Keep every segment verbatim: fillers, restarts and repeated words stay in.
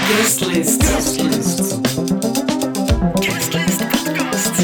Guestlist. Guestlist. Guestlist podcast.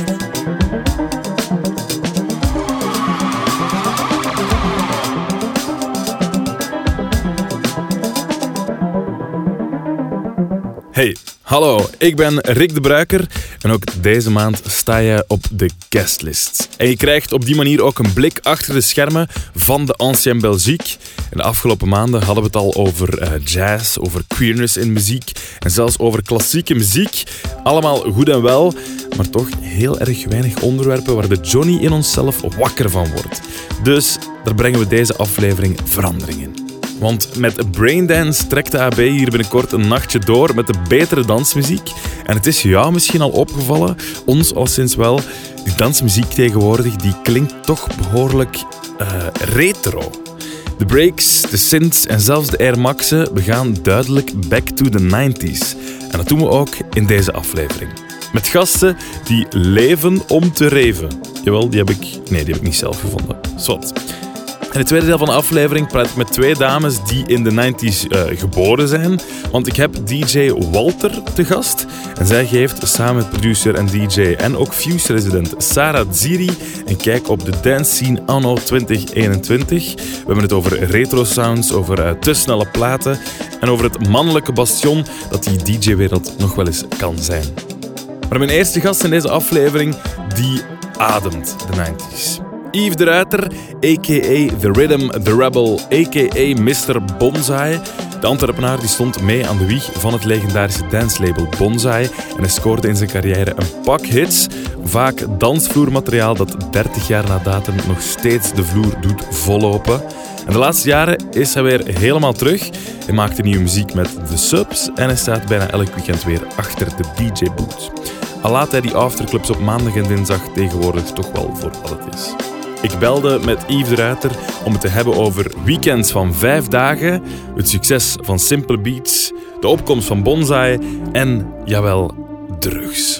Hey, hallo, ik ben Rick de Bruiker en ook deze maand sta je op de guestlist. En je krijgt op die manier ook een blik achter de schermen van de Ancienne Belgique. In de afgelopen maanden hadden we het al over uh, jazz, over queerness in muziek en zelfs over klassieke muziek. Allemaal goed en wel, maar toch heel erg weinig onderwerpen waar de Johnny in onszelf wakker van wordt. Dus daar brengen we deze aflevering verandering in. Want met Braindance trekt de A B hier binnenkort een nachtje door met de betere dansmuziek. En het is jou misschien al opgevallen, ons al sinds wel, die dansmuziek tegenwoordig die klinkt toch behoorlijk uh, retro. De breaks, de synths en zelfs de Air Max'en, we gaan duidelijk back to the nineties. En dat doen we ook in deze aflevering. Met gasten die leven om te raven. Jawel, die heb ik... Nee, die heb ik niet zelf gevonden. Zwat. In het tweede deel van de aflevering praat ik met twee dames die in de negentig uh, geboren zijn. Want ik heb D J Walter te gast. En zij geeft samen met producer en D J en ook Fuse-resident Sarah Ziri een kijk op de dance scene anno twintig eenentwintig. We hebben het over retro sounds, over uh, te snelle platen en over het mannelijke bastion dat die D J-wereld nog wel eens kan zijn. Maar mijn eerste gast in deze aflevering, die ademt de negentig's. Yves de Ruiter, a k a. The Rhythm, The Rebel, a k a. mister Bonsai. De Antwerpenaar die stond mee aan de wieg van het legendarische danslabel Bonsai en hij scoorde in zijn carrière een pak hits, vaak dansvloermateriaal dat dertig jaar na datum nog steeds de vloer doet vollopen. En de laatste jaren is hij weer helemaal terug. Hij maakte nieuwe muziek met The Subs en hij staat bijna elk weekend weer achter de D J-boot. Al laat hij die afterclubs op maandag en dinsdag tegenwoordig toch wel voor wat het is. Ik belde met Yves de Ruiter om het te hebben over weekends van vijf dagen, het succes van Simple Beats, de opkomst van Bonsai en, jawel, drugs.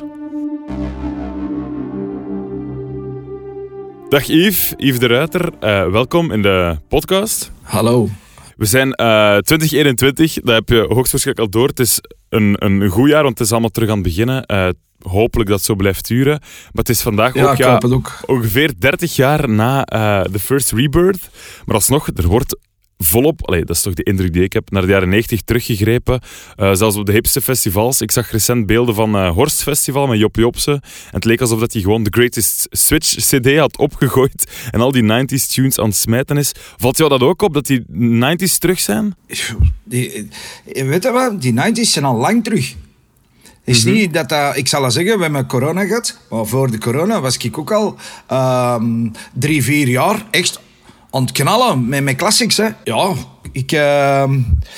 Dag Yves, Yves de Ruiter. Uh, welkom in de podcast. Hallo. We zijn uh, twintig eenentwintig, dat heb je hoogstwaarschijnlijk al door. Het is een, een goed jaar, want het is allemaal terug aan het beginnen. Uh, hopelijk dat het zo blijft duren. Maar het is vandaag ja, ook, ja, ook ongeveer dertig jaar na uh, The First Rebirth. Maar alsnog, er wordt volop, allee, dat is toch de indruk die ik heb, naar de jaren negentig teruggegrepen. Uh, zelfs op de hipste festivals. Ik zag recent beelden van uh, Horst Festival met Job Jobse. En het leek alsof dat hij gewoon The Greatest Switch C D had opgegooid en al die nineties tunes aan het smijten is. Valt jou dat ook op, dat die nineties terug zijn? Die, weet je wat? Die nineties zijn al lang terug. Is mm-hmm. niet dat dat, ik zal het zeggen, we hebben corona gehad. Maar voor de corona was ik ook al um, drie, vier jaar echt aan het knallen met mijn classics. Hè. Ja, ik... Uh,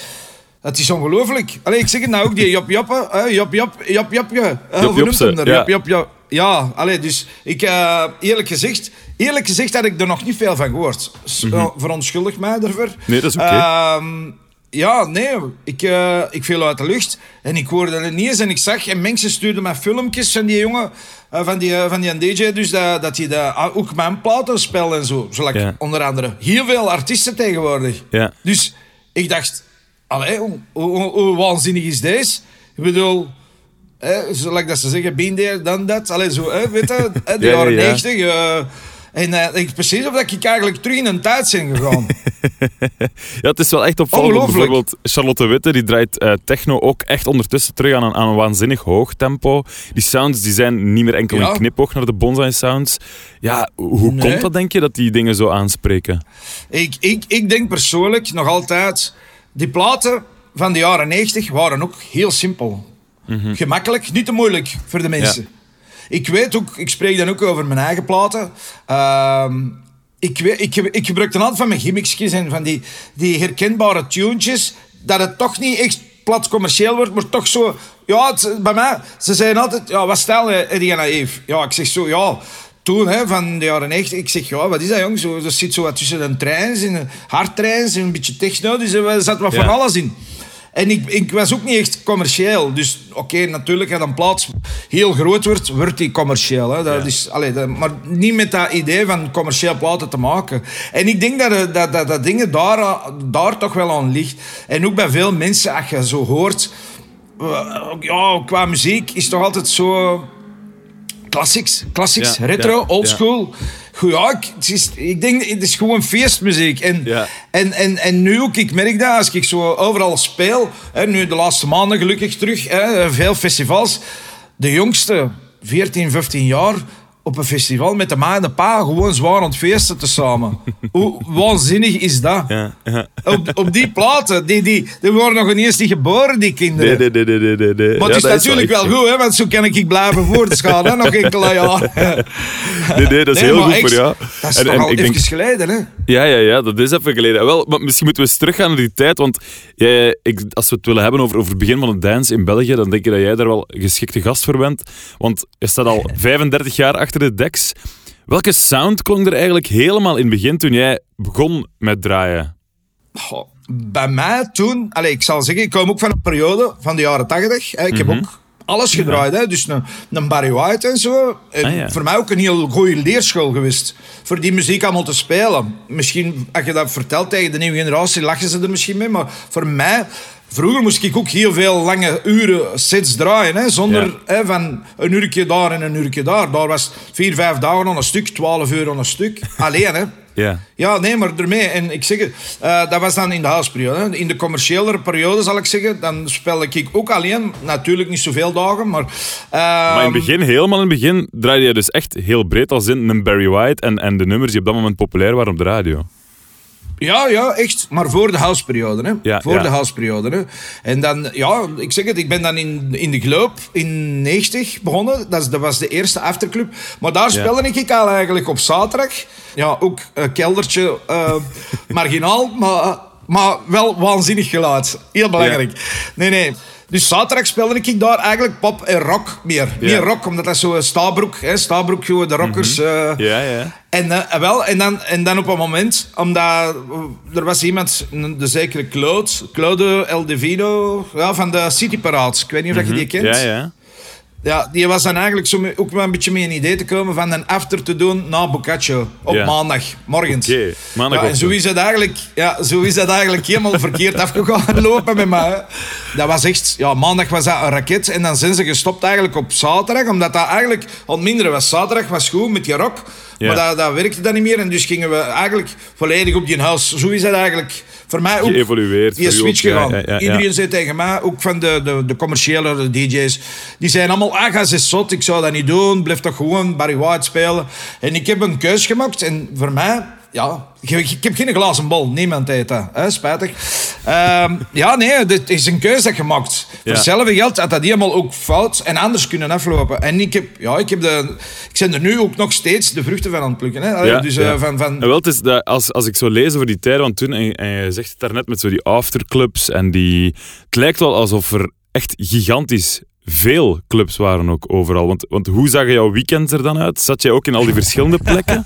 het is ongelooflijk. Allee, ik zeg het nou ook, die Jop Joppe, uh, Jop Jop, Jop Jopje. Uh, Jop Jopse, ja. Jop Jop, Jop. Ja, allee, dus ik, uh, eerlijk gezegd, eerlijk gezegd had ik er nog niet veel van gehoord. Mm-hmm. Uh, verontschuldig mij daarvoor. Nee, dat is oké. Okay. Uh, Ja, nee, ik, uh, ik viel uit de lucht en ik hoorde het niet eens en ik zag en mensen stuurden mij filmpjes van die jongen, uh, van, die, uh, van die D J, dus dat, dat hij uh, ook mijn platen speelde en zo. Zoals ja. Onder andere heel veel artiesten tegenwoordig. Ja. Dus ik dacht, allee, hoe, hoe, hoe waanzinnig is deze? Ik bedoel, eh, zoals dat ze zeggen, been there, done that. Allee, zo, eh, weet je, de ja, jaren ja, ja. negentig... Uh, En uh, ik precies of dat ik eigenlijk terug in een tijd ben gegaan. Ja, het is wel echt opvallend. Bijvoorbeeld Charlotte Witte, die draait uh, techno ook echt ondertussen terug aan een, aan een waanzinnig hoog tempo. Die sounds die zijn niet meer enkel ja. een knipoog naar de Bonsai sounds. Ja, hoe nee. komt dat, denk je, dat die dingen zo aanspreken? Ik, ik, ik denk persoonlijk nog altijd... Die platen van de jaren negentig waren ook heel simpel. Mm-hmm. Gemakkelijk, niet te moeilijk voor de mensen. Ja. Ik weet ook, ik spreek dan ook over mijn eigen platen. Uh, ik, weet, ik, ik gebruik dan altijd van mijn gimmicksjes en van die, die herkenbare tunetjes, dat het toch niet echt plat commercieel wordt, maar toch zo... Ja, het, bij mij, ze zeiden altijd, ja, wat stel je, Eddie en Naïef? Ja, ik zeg zo, ja... Toen, hè, van de jaren negentig, ik zeg, ja, wat is dat, jong? Zo, er zit zo wat tussen een trein, een hardtrein, een beetje techno, dus er zat wat ja. van alles in. En ik, ik was ook niet echt commercieel. Dus oké, okay, natuurlijk, als een plaats heel groot wordt, wordt die commercieel. Hè. Dat ja. is, allee, dat, maar niet met dat idee van commercieel platen te maken. En ik denk dat dat, dat, dat dingen daar, daar toch wel aan ligt. En ook bij veel mensen, als je zo hoort... uh, ja, qua muziek is toch altijd zo... Classics, classics, Ja, retro, ja, oldschool. Goed, ja, ik, het is, ik denk, het is gewoon feestmuziek. En, Ja. en, en, en nu ook, ik merk dat als ik zo overal speel, hè, nu de laatste maanden gelukkig terug, hè, veel festivals. De jongste, veertien, vijftien jaar, op een festival met de ma en de pa gewoon zwaar aan het feesten te samen. Hoe waanzinnig is dat? Ja, ja. Op, op die platen, die, die, die worden nog ineens niet geboren, die kinderen. Nee, nee, nee, nee, nee, nee. Maar het Ja, is dat natuurlijk echt wel zo. goed, hè, want zo kan ik blijven voortgaan, hè, nog enkele jaar. Nee, nee, dat is Nee, heel maar goed echt, voor jou. Dat is En- toch en al ik even denk- geleden, hè? Ja, ja, ja, dat is even geleden. Wel, maar misschien moeten we eens teruggaan naar die tijd, want jij, ik, als we het willen hebben over, over het begin van het dance in België, dan denk je dat jij daar wel een geschikte gast voor bent. Want je staat al vijfendertig jaar achter de deks. Welke sound klonk er eigenlijk helemaal in het begin toen jij begon met draaien? Goh, bij mij toen... Allez, ik zal zeggen, ik kom ook van een periode van de jaren tachtig. Ik heb ook alles gedraaid. Hè, dus een, een Barry White en zo. En Ah, ja. voor mij ook een heel goede leerschool geweest. Voor die muziek allemaal te spelen. Misschien, als je dat vertelt tegen de nieuwe generatie, lachen ze er misschien mee. Maar voor mij... Vroeger moest ik ook heel veel lange uren sets draaien. Hè, zonder Ja. hè, van een uurtje daar en een uurtje daar. Daar was vier, vijf dagen aan een stuk, twaalf uur aan een stuk. Alleen, hè. Ja. Ja, nee, maar ermee. En ik zeg het, uh, dat was dan in de houseperiode. Hè. In de commerciële periode, zal ik zeggen, dan speelde ik ook alleen. Natuurlijk niet zoveel dagen, maar... Uh, Maar in het begin, helemaal in het begin, draaide je dus echt heel breed als in een Barry White en, en de nummers die op dat moment populair waren op de radio. Ja, ja, echt. Maar voor de houseperiode, hè. Ja, voor ja. de houseperiode, hè. En dan, ja, ik zeg het, ik ben dan in, in de Globe in negentig begonnen. Dat, is, dat was de eerste afterclub. Maar daar speelde ik al eigenlijk op zaterdag. Ja, ook een keldertje, uh, marginaal, maar, maar wel waanzinnig geluid. Heel belangrijk. Nee, nee. Dus zaterdag speelde ik daar eigenlijk pop en rock meer. Ja. Meer rock, omdat dat zo Stabroek, hè, Stabroek, de rockers... uh, Ja, ja. en, uh, wel, en, dan, en dan op een moment, omdat uh, er was iemand, de zekere Claude, Claude El Divino, ja, van de City Parade. Ik weet niet of je die kent. Ja, ja. Ja, die was dan eigenlijk zo mee- ook wel een beetje met een idee te komen van een after te doen na Boccaccio. Op Ja. maandag, morgens. Oké, Ja, en maandagochtend. zo is het eigenlijk, ja, zo is dat eigenlijk helemaal verkeerd afgegaan lopen met mij. hè. Dat was echt, ja, maandag was dat een raket en dan zijn ze gestopt eigenlijk op zaterdag, omdat dat eigenlijk wat minder was. Zaterdag was goed met je rock, Ja. maar dat, dat werkte dan niet meer en dus gingen we eigenlijk volledig op die huis. Zo is dat eigenlijk voor mij ook. Geëvolueerd. Die is voor u switch ook. Ja, gegaan. ja, ja, ja. Iedereen zei tegen mij, ook van de, de, de commerciële de D J's, die zeiden allemaal, ah, ga eens zot, ik zou dat niet doen, blijf toch gewoon Barry White spelen. En ik heb een keus gemaakt en voor mij, ja, ik, ik heb geen glazen bol, niemand deed dat, hè, spijtig. Ehm, ja, nee, dit is een keuze dat je maakt. Ja. Voor hetzelfde geld had dat helemaal ook fout en anders kunnen aflopen. En ik heb, ja, ik heb de, ik ben er nu ook nog steeds de vruchten van aan het plukken. Hè. Ja, dus eh, ja. van, van, En wel, het is dat als, als ik zo lees over die tijden van toen, en, en je zegt het daarnet met zo die afterclubs, en die, het lijkt wel alsof er echt gigantisch veel clubs waren ook overal. Want, want hoe zag jouw weekend er dan uit? Zat jij ook in al die verschillende plekken?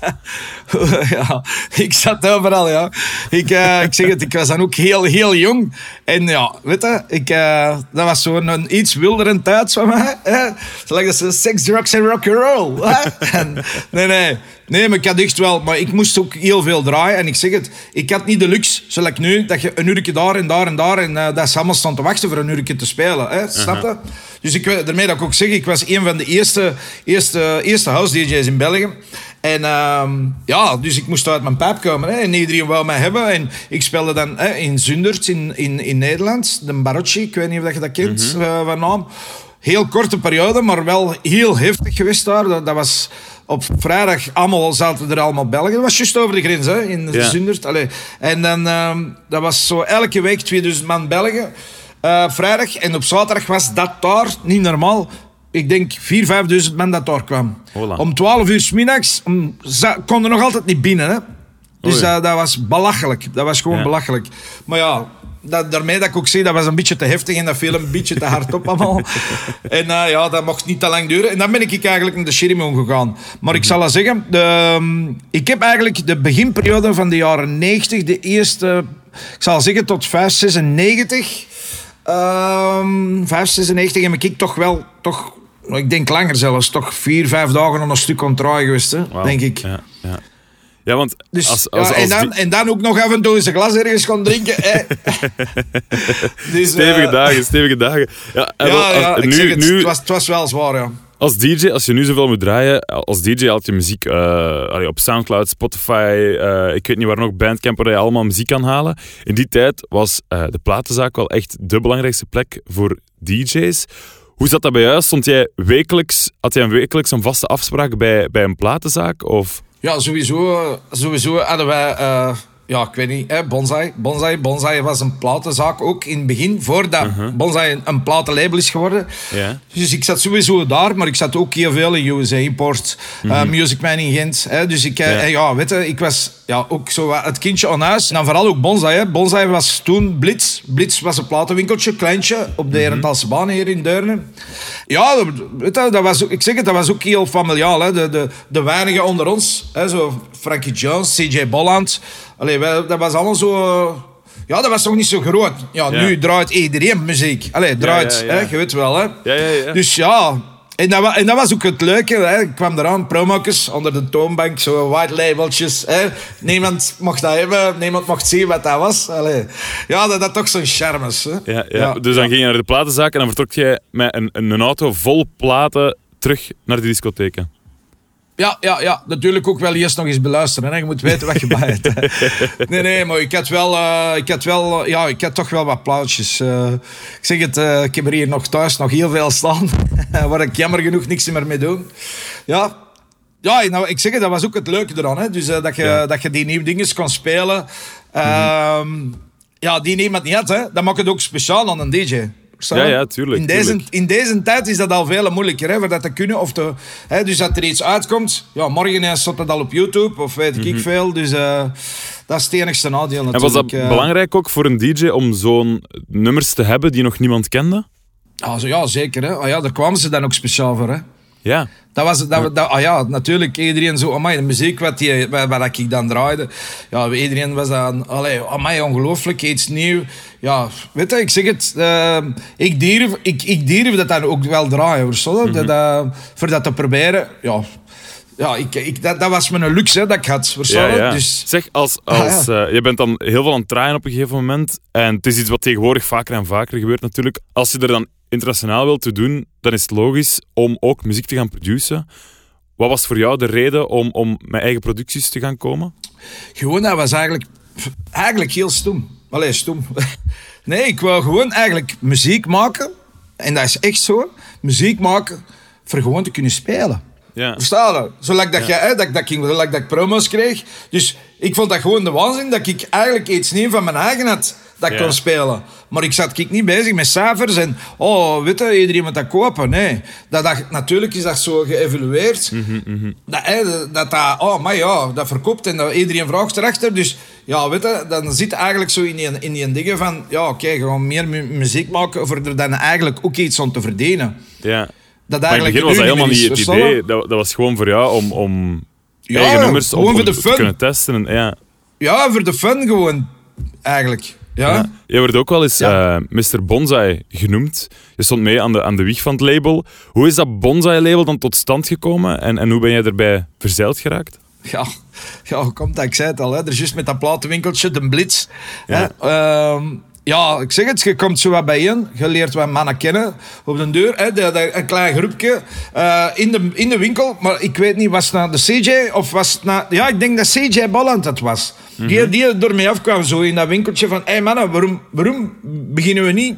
ja, ik zat overal, ja. Ik, uh, ik zeg het, ik was dan ook heel, heel jong. En ja, weet je, ik, uh, dat was zo'n een iets wildere tijd van mij. Hè? Zoals dat ze sex, drugs en rock'n'roll. nee, nee. Nee, maar ik had echt wel... Maar ik moest ook heel veel draaien. En ik zeg het, ik had niet de luxe, zoals ik nu, dat je een uurtje daar en daar en daar... En uh, dat ze allemaal staan te wachten voor een uurtje te spelen. Hè? Snap je? Dus ik, daarmee dat ik ook zeg, ik was een van de eerste, eerste, eerste house D J's in België. En uh, ja, dus ik moest uit mijn pijp komen. Hè? En iedereen wou mij hebben. En ik speelde dan hè, in Zundert in, in, in Nederland. De Barocci, ik weet niet of je dat kent, mm-hmm. uh, van naam. Heel korte periode, maar wel heel heftig geweest daar. Dat, dat was... Op vrijdag allemaal, zaten er allemaal Belgen. Dat was juist over de grens, hè, in Ja. Zundert. Allee. En dan, uh, dat was zo elke week tweeduizend man Belgen. Uh, vrijdag. En op zaterdag was dat daar niet normaal. Ik denk vierduizend, vijfduizend man dat daar kwam. Hola. Om twaalf uur 's middags om, za- konden nog altijd niet binnen. Hè. Dus Oei. dat, dat was belachelijk. Dat was gewoon Ja. belachelijk. Maar ja... Dat, daarmee dat ik ook zeg, dat was een beetje te heftig en dat viel een beetje te hard op allemaal. En uh, ja, dat mocht niet te lang duren. En dan ben ik eigenlijk naar de Sherimoon gegaan. Maar ik zal dat zeggen, de, um, ik heb eigenlijk de beginperiode van de jaren negentig, de eerste, ik zal zeggen tot vijf zesennegentig. Um, vijf zesennegentig heb ik toch wel, toch, ik denk langer zelfs, toch vier, vijf dagen aan een stuk aan het draaien geweest, hè, Wauw. denk ik. Ja, ja. Ja, want Dus, als, als, ja, als en, dan, die... en dan ook nog af en toe eens een glas ergens gaan drinken. dus, Stevige uh, dagen, stevige dagen. Ja, en Ja, wel, als- ja ik nu, zeg het, nu, het, was, het was wel zwaar, ja. als D J, als je nu zoveel moet draaien, als D J had je muziek uh, allee, op Soundcloud, Spotify, uh, ik weet niet waar nog, Bandcamp, waar je allemaal muziek kan halen. In die tijd was uh, de platenzaak wel echt de belangrijkste plek voor D J's. Hoe zat dat bij jou? Stond jij wekelijks, had jij een wekelijks een vaste afspraak bij, bij een platenzaak? Of... Ja, sowieso, sowieso hadden wij... Uh, ja, ik weet niet, hè, Bonsai. Bonsai. Bonsai was een platenzaak ook in het begin, voordat uh-huh. Bonsai een, een platenlabel is geworden. Ja. Dus ik zat sowieso daar, maar ik zat ook heel veel in U S A Import, mm-hmm. uh, Music Man in Gent. Hè, dus ik, ja. Uh, ja, weet je, ik was ja, ook zo het kindje aan huis. En dan vooral ook Bonsai. Hè. Bonsai was toen Blitz. Blitz was een platenwinkeltje, kleintje, op de Herentaalse baan hier in Deurne. Ja, weet je, dat was, ik zeg het, dat was ook heel familiaal. Hè. De, de, de weinigen onder ons, hè, zo Frankie Jones, C J Bolland. Allee, dat was allemaal zo... Ja, dat was toch niet zo groot. Ja, ja. Nu draait iedereen muziek. Allee, draait, ja, ja, ja. Hè, je weet wel, hè. Ja, ja, ja. Dus ja... En dat, was, en dat was ook het leuke. Hè. Ik kwam eraan, promokjes onder de toonbank, zo white labeltjes. Hè. Niemand mocht dat hebben, niemand mocht zien wat dat was. Allee. Ja, dat had toch zo'n charmes. Hè. Ja, ja. Ja, dus dan ging je naar de platenzaak en dan vertrok je met een, een auto vol platen terug naar de discotheken. Ja, ja, ja, natuurlijk ook wel eerst nog eens beluisteren. Hè. Je moet weten wat je bij hebt. Nee, nee, maar ik had wel, uh, ik had wel, uh, ja, ik had toch wel wat plaatjes. Uh, ik zeg het, uh, ik heb er hier nog thuis nog heel veel staan, waar ik jammer genoeg niks meer mee doe. Ja, ja, nou, ik zeg het, dat was ook het leuke eraan, hè. Dus uh, dat, je, ja. dat je die nieuwe dingen kon spelen. Uh, mm-hmm. Ja, die niemand niet had, hè. Dat maakt het ook speciaal aan een D J. Ja, ja, tuurlijk. In deze, tuurlijk. in deze tijd is dat al veel moeilijker, hè, voor dat te kunnen. Of te, hè, dus dat er iets uitkomt, ja, morgen staat het al op YouTube, of weet ik mm-hmm. veel. Dus uh, dat is het enigste nadeel natuurlijk. En was dat uh, belangrijk ook voor een D J om zo'n nummers te hebben die nog niemand kende? Ja, zo, ja zeker. Hè. Ah, ja, daar kwamen ze dan ook speciaal voor. Hè. Ja. Dat was, dat, dat, ah ja, natuurlijk, iedereen zo, amai, de muziek wat, die, wat, wat ik dan draaide, ja, iedereen was dan, allee, amai, ongelooflijk, iets nieuw. Ja, weet je, ik zeg het, uh, ik, durf, ik, ik durf dat dan ook wel draaien, hoor, zo, mm-hmm. dat, uh, voor dat te proberen, ja. Ja, ik, ik, dat, dat was mijn luxe hè, dat ik had. Ja, ja. Dus... Zeg, als, als, ah, ja. uh, je bent dan heel veel aan het draaien op een gegeven moment. En het is iets wat tegenwoordig vaker en vaker gebeurt natuurlijk. Als je er dan internationaal wilt te doen, dan is het logisch om ook muziek te gaan produceren. Wat was voor jou de reden om, om met eigen producties te gaan komen? Gewoon, dat was eigenlijk, eigenlijk heel stom. Allee, stom. Nee, ik wou gewoon eigenlijk muziek maken. En dat is echt zo. Muziek maken voor gewoon te kunnen spelen. Ja. Versta je? Zolang dat, ja. je, hè, dat, dat, ik, zolang dat ik promo's kreeg. Dus ik vond dat gewoon de waanzin dat ik eigenlijk iets nieuws van mijn eigen had dat ik ja. kon spelen. Maar ik zat ik niet bezig met cijfers en oh, weet je, iedereen moet dat kopen. Nee. Dat, dat, natuurlijk is dat zo geëvolueerd. Mm-hmm, mm-hmm. Dat, hè, dat dat, oh, maar ja, dat verkoopt en dat iedereen vraagt erachter. Dus ja, weet je, dan zit eigenlijk zo in die, in die dingen van, ja, oké, okay, gewoon meer mu- muziek maken voor er dan eigenlijk ook iets aan te verdienen. Ja. Dat maar in het begin was dat helemaal niet het idee. Dat, dat was gewoon voor jou om, om ja, eigen nummers op, om te kunnen testen. En, ja. ja, voor de fun gewoon, eigenlijk. Ja. Ja. Je wordt ook wel eens ja. uh, mister Bonsai genoemd. Je stond mee aan de, aan de wieg van het label. Hoe is dat Bonsai-label dan tot stand gekomen en, en hoe ben jij erbij verzeild geraakt? Ja, ja, komt dat, ik zei het al. Hè. Er is juist met dat platenwinkeltje, de Blitz. Ja. Hè. Uh, Ja, ik zeg het, je komt zo wat bijeen. Je leert wat mannen kennen op de deur. Hè, de, de, een klein groepje uh, in, de, in de winkel. Maar ik weet niet, was het naar de C J of was het naar... Ja, ik denk dat C J Bolland het was. Mm-hmm. Die, die door mij afkwam, zo in dat winkeltje van... Hé hey mannen, waarom, waarom beginnen we niet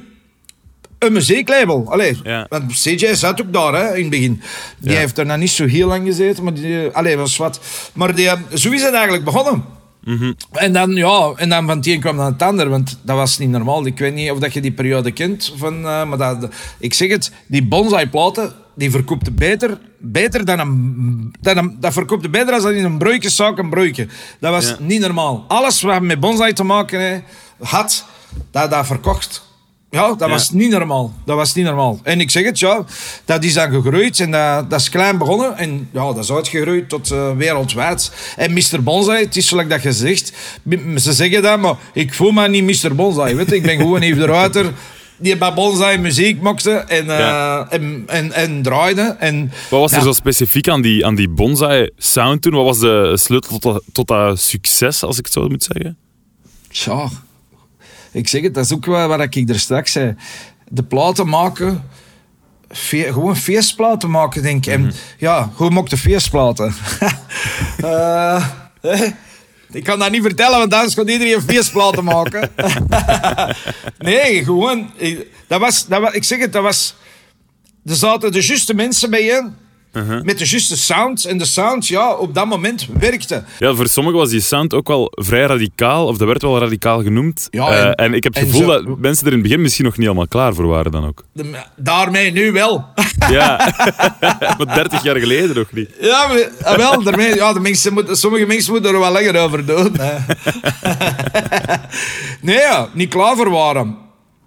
een muzieklabel? Allee, ja. Want C J zat ook daar hè, in het begin. Die ja. heeft er nog niet zo heel lang gezeten. Maar die, allee, was wat. Maar die, zo is het eigenlijk begonnen. Mm-hmm. En dan, ja, en dan van het een kwam dan het ander, want dat was niet normaal. Ik weet niet of dat je die periode kent, van, uh, maar dat, ik zeg het, die bonsai-platen, die verkoopte beter, beter dan een, dan een... Dat verkoopte beter als in een broodjeszaak een broodje. Dat was ja. niet normaal. Alles wat met bonsai te maken he, had, dat, dat verkocht. Ja, dat ja. was niet normaal. Dat was niet normaal. En ik zeg het, ja, dat is dan gegroeid en dat, dat is klein begonnen. En ja, dat is uitgegroeid tot uh, wereldwijd. En mister Bonsai, het is zoals dat je zegt. Ze zeggen dat, maar ik voel me niet mister Bonsai. Weet je? Ik ben gewoon even de ruiter die bij Bonsai muziek maakte en, uh, Ja. en, en, en draaide. En, Wat was er ja. zo specifiek aan die, aan die bonsai sound toen? Wat was de sleutel tot dat, tot dat succes, als ik het zo moet zeggen? Tja, ik zeg het, dat is ook wat, wat ik er straks zei. De platen maken, fe- gewoon feestplaten maken, denk ik. Mhm. En ja, hoe maak je feestplaten? uh, eh, ik kan dat niet vertellen, want anders gaat iedereen feestplaten maken. Nee, gewoon, ik- dat was, dat was, ik zeg het, dat was... Er zaten de juiste mensen bij je, Uh-huh. met de juiste sound. En de sound, ja, op dat moment werkte. Ja, voor sommigen was die sound ook wel vrij radicaal, of dat werd wel radicaal genoemd. Ja, Eh, en- en ik heb het en gevoel zo- dat mensen er in het begin misschien nog niet allemaal klaar voor waren dan ook. De- daarmee nu wel. Ja, maar dertig jaar geleden nog niet. Ja, maar, ah, wel, daarmee, ja, de mensen moeten, sommige mensen moeten er wel langer over doen. hè. Nee, ja, niet klaar voor waren.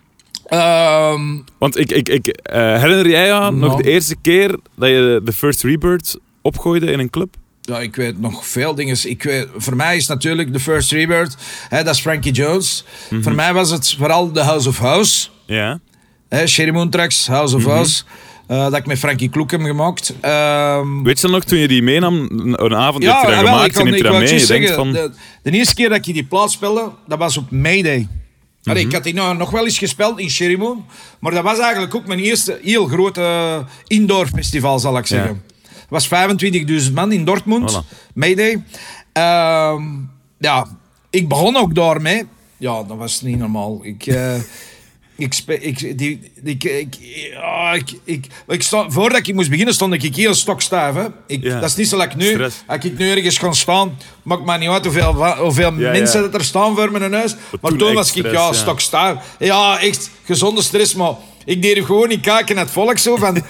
Ehm, Want ik, ik, ik eh, herinner jij je nog Nou. de eerste keer dat je de First Rebirth opgooide in een club? ja, ik weet nog veel dingen. Ik weet, voor mij is natuurlijk de First Rebirth, hè, dat is Frankie Jones. Voor mij was het vooral de House of House. Ja. Hè, Sherry Moon Tracks, House of House. eh, dat ik met Frankie Kloek heb gemaakt. Ehm, Weet je dan nog, toen je die meenam, een een avond heb je dat ah, wel, gemaakt ik kan- en neemt ik je dat wou mee? het Je juist denkt van, zeggen, de, de eerste keer dat ik die plaat speelde, dat was op Mayday. Allee, ik had die nou nog wel eens gespeeld in Sherry Moon, maar dat was eigenlijk ook mijn eerste heel grote indoor festival, zal ik zeggen. Het was vijfentwintigduizend man in Dortmund, Voilà. Mayday. Ehm, ja, ik begon ook daarmee. Ja, dat was niet normaal. Ik... eh, Ik, spe- ik, die, die, ik, ik, ja, ik, ik, ik sta, voordat ik moest beginnen, stond ik heel stokstijf. Hè. Ik, Ja. Dat is niet zo like nu. Stress. Als ik nu ergens ga staan, maakt mij niet uit hoeveel, wa- hoeveel Ja, mensen ja. dat er staan voor mijn huis. Maar toen toen echt was ik stress, ja, ja. stokstijf. Ja, echt gezonde stress, maar ik deed gewoon niet kijken naar het volk zo van...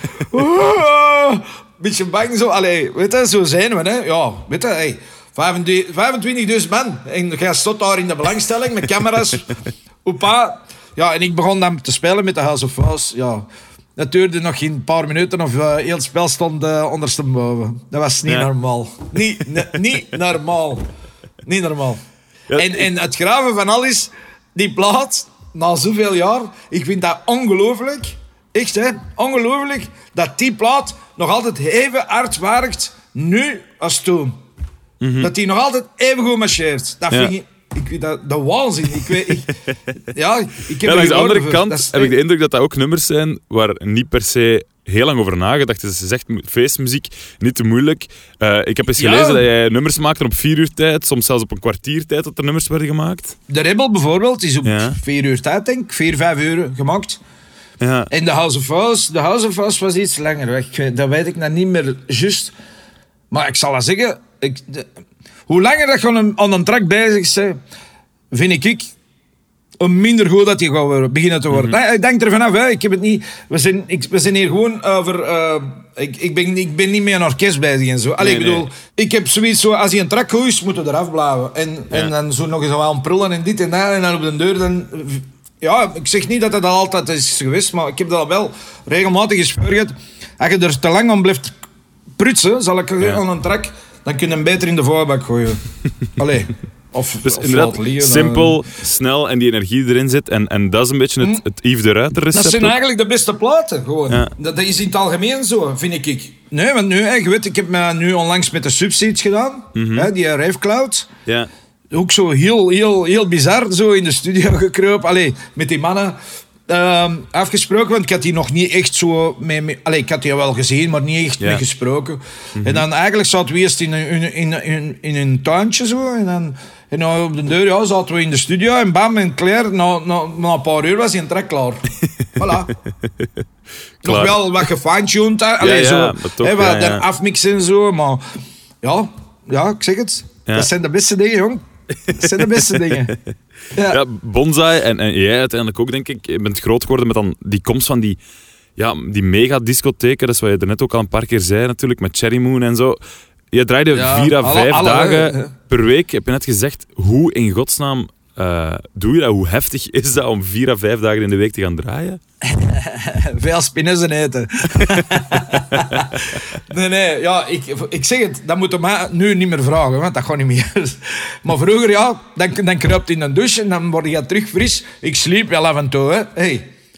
Een beetje bang zo. Allee, weet je, zo zijn we, hè. Ja, weet je, hey, vijfentwintigduizend man. En jij stond daar in de belangstelling met camera's. Opa. Ja, en ik begon dan te spelen met de House of House. Ja, dat duurde nog geen paar minuten of uh, heel het spel stond uh, ondersteboven. Dat was niet Ja. normaal. Niet, ne- niet normaal. Niet normaal. Ja, En, en het graven van alles, die plaat, na zoveel jaar, ik vind dat ongelooflijk. Echt, hè? Ongelooflijk dat die plaat nog altijd even hard werkt nu als toen. Dat die nog altijd even goed marcheert. Dat Ja. vind ik... Ik weet dat, de waanzin. Ik weet, ik, ja, ik heb ja, er langs de geen andere woorden voor. kant Dat is heb ik echt- de indruk dat dat ook nummers zijn waar niet per se heel lang over nagedacht is. Ze zegt feestmuziek, niet te moeilijk. Eh, ik heb eens Ja. gelezen dat jij nummers maakte op vier uur tijd, soms zelfs op een kwartier tijd dat er nummers werden gemaakt. De Rebel bijvoorbeeld is op Ja. vier uur tijd, denk ik. Vier, vijf uur gemaakt. Ja. En de House of House, de House of House was iets langer weg. Ik weet- Dat weet ik nou niet meer juist. Maar ik zal dat zeggen. Ik, de- hoe langer dat je aan een, aan een track bezig bent, vind ik, hoe minder goed dat die gaat worden, beginnen te worden. Nee, ik denk er vanaf, hè. Ik heb het niet... We zijn, ik, we zijn hier gewoon over... eh, ik, ik, ben, ik ben niet met een orkest bezig en zo. Allee, Nee, ik bedoel, nee. ik heb zoiets zo... Als hij een track goed is, moet hij eraf blijven. En, en dan zo nog eens wel aan prullen en dit en dat. En dan op de deur dan... Ja, ik zeg niet dat dat altijd is geweest, maar ik heb dat wel regelmatig eens gehad. Als je er te lang aan blijft prutsen, zal ik zeggen, Ja. aan een track, dan kun je hem beter in de voorbak gooien. Allee. Of, Dus of inderdaad, laten liggen, simpel, snel en die energie erin zit. En, en dat is een beetje het, het Yves de Ruiter Dat recept. zijn ook. eigenlijk de beste platen, gewoon. Ja. Dat, dat is in het algemeen zo, vind ik. Nee, want nu, hè, je weet, ik heb me nu onlangs met de Subseeds gedaan, hè, die Rave Cloud. Ja. Ook zo heel, heel, heel bizar, zo in de studio gekropen. Allee, met die mannen ehm, afgesproken, want ik had die nog niet echt zo mee... mee allee, ik had die wel gezien, maar niet echt Ja. mee gesproken. En dan eigenlijk zaten we eerst in een, in, in, in, in een tuintje zo, en dan... En dan op de deur ja, zaten we in de studio en bam, en klaar. Na, na, na een paar uur was die een track klaar. Voilà. Nog wel wat gefine-tuned. hè. Allee, ja, zo, maar toch, hè, wat ja, ja. dan afmixen en zo. Maar ja, ja, ik zeg het. Ja. Dat zijn de beste dingen, jong. Dat zijn de beste dingen. Ja. Ja, Bonsai en, en jij uiteindelijk ook, denk ik. Je bent groot geworden met dan die komst van die, ja, die mega-discotheken. Dat is wat je er net ook al een paar keer zei natuurlijk, met Cherry Moon en zo. Je draaide Ja, vier à alle- vijf alle- dagen hè. per week. Heb je net gezegd, hoe in godsnaam eh, doe je dat? Hoe heftig is dat om vier à vijf dagen in de week te gaan draaien? Veel spinnen eten. nee, nee, ja, ik, ik zeg het, dat moet je mij nu niet meer vragen, want dat gaat niet meer. Maar vroeger, ja, dan, dan kruipt in een douche en dan word je terug fris. Ik sliep wel af en toe, hè. Hey, ik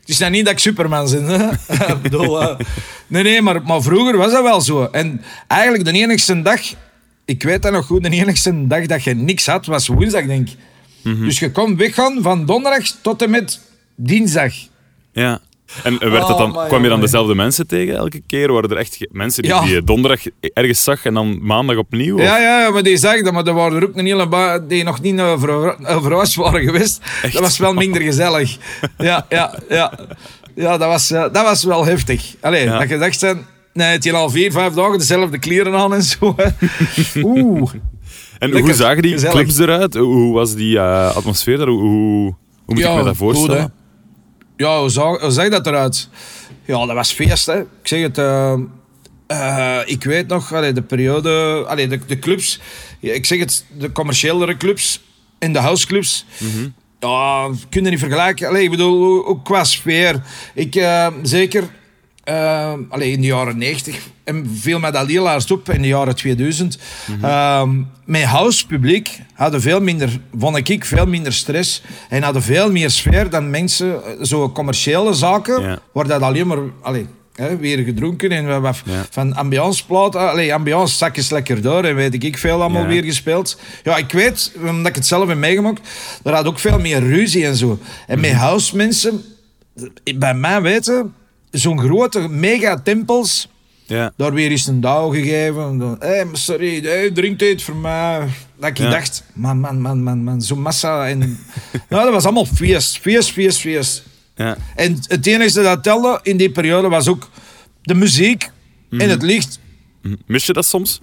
is nou niet dat ik Superman ben. Hè? Ik bedoel, uh, nee, nee, maar, maar vroeger was dat wel zo. En eigenlijk de enigste dag, ik weet dat nog goed, de enigste dag dat je niks had, was woensdag, denk ik. Mm-hmm. Dus je kon weggaan van donderdag tot en met dinsdag. Ja. En werd dat dan, oh, kwam je dan dezelfde mensen tegen elke keer? Waren er echt mensen die, ja. die je donderdag ergens zag en dan maandag opnieuw? Of? Ja, ja, maar die zag dat, maar er waren er ook een hele ba- die nog niet over, over huis waren geweest. Echt? Dat was wel minder gezellig. Ja, ja, ja. Ja, dat was, dat was wel heftig. Allee, ja. Dat je dacht, zijn, nee, het je al vier, vijf dagen dezelfde kleren aan en zo. Oeh. En lekker, hoe zagen die gezellig. Clubs eruit? Hoe was die uh, atmosfeer daar? Hoe, hoe, hoe moet ja, ik me dat voorstellen? Goed, ja, hoe zag, hoe zag dat eruit? Ja, dat was feest, hè. Ik zeg het... Uh, uh, ik weet nog, allee, de periode... Allee, de, de clubs... Ja, ik zeg het, de commerciëlere clubs en de houseclubs... Mm-hmm. Ja, kun je niet vergelijken. Allee, ik bedoel, ook qua sfeer. Ik, uh, zeker... Uh, allee, in de jaren negentig en veel medaillelaars op in de jaren tweeduizend. Mm-hmm. Uh, met housepubliek hadden veel minder, vond ik, veel minder stress en hadden veel meer sfeer dan mensen, zo commerciële zaken, yeah. waar dat alleen maar allee, hè, weer gedronken en wat yeah. van ambianceplaten, allee, ambiance zakjes lekker door en weet ik veel allemaal yeah. weer gespeeld. Ja, ik weet, omdat ik het zelf heb meegemaakt, er had ook veel meer ruzie en zo. En mm-hmm. met house mensen, bij mij weten... Zo'n grote megatempels. Ja. Daar weer eens een douw gegeven. Hé, hey, sorry, hey, drink dit voor mij. Dat ik ja. dacht, man, man, man, man, man, zo'n massa. En... nou, dat was allemaal feest, feest, feest, feest. Ja. En het enige dat telde in die periode was ook de muziek mm-hmm. en het licht. Mis je dat soms?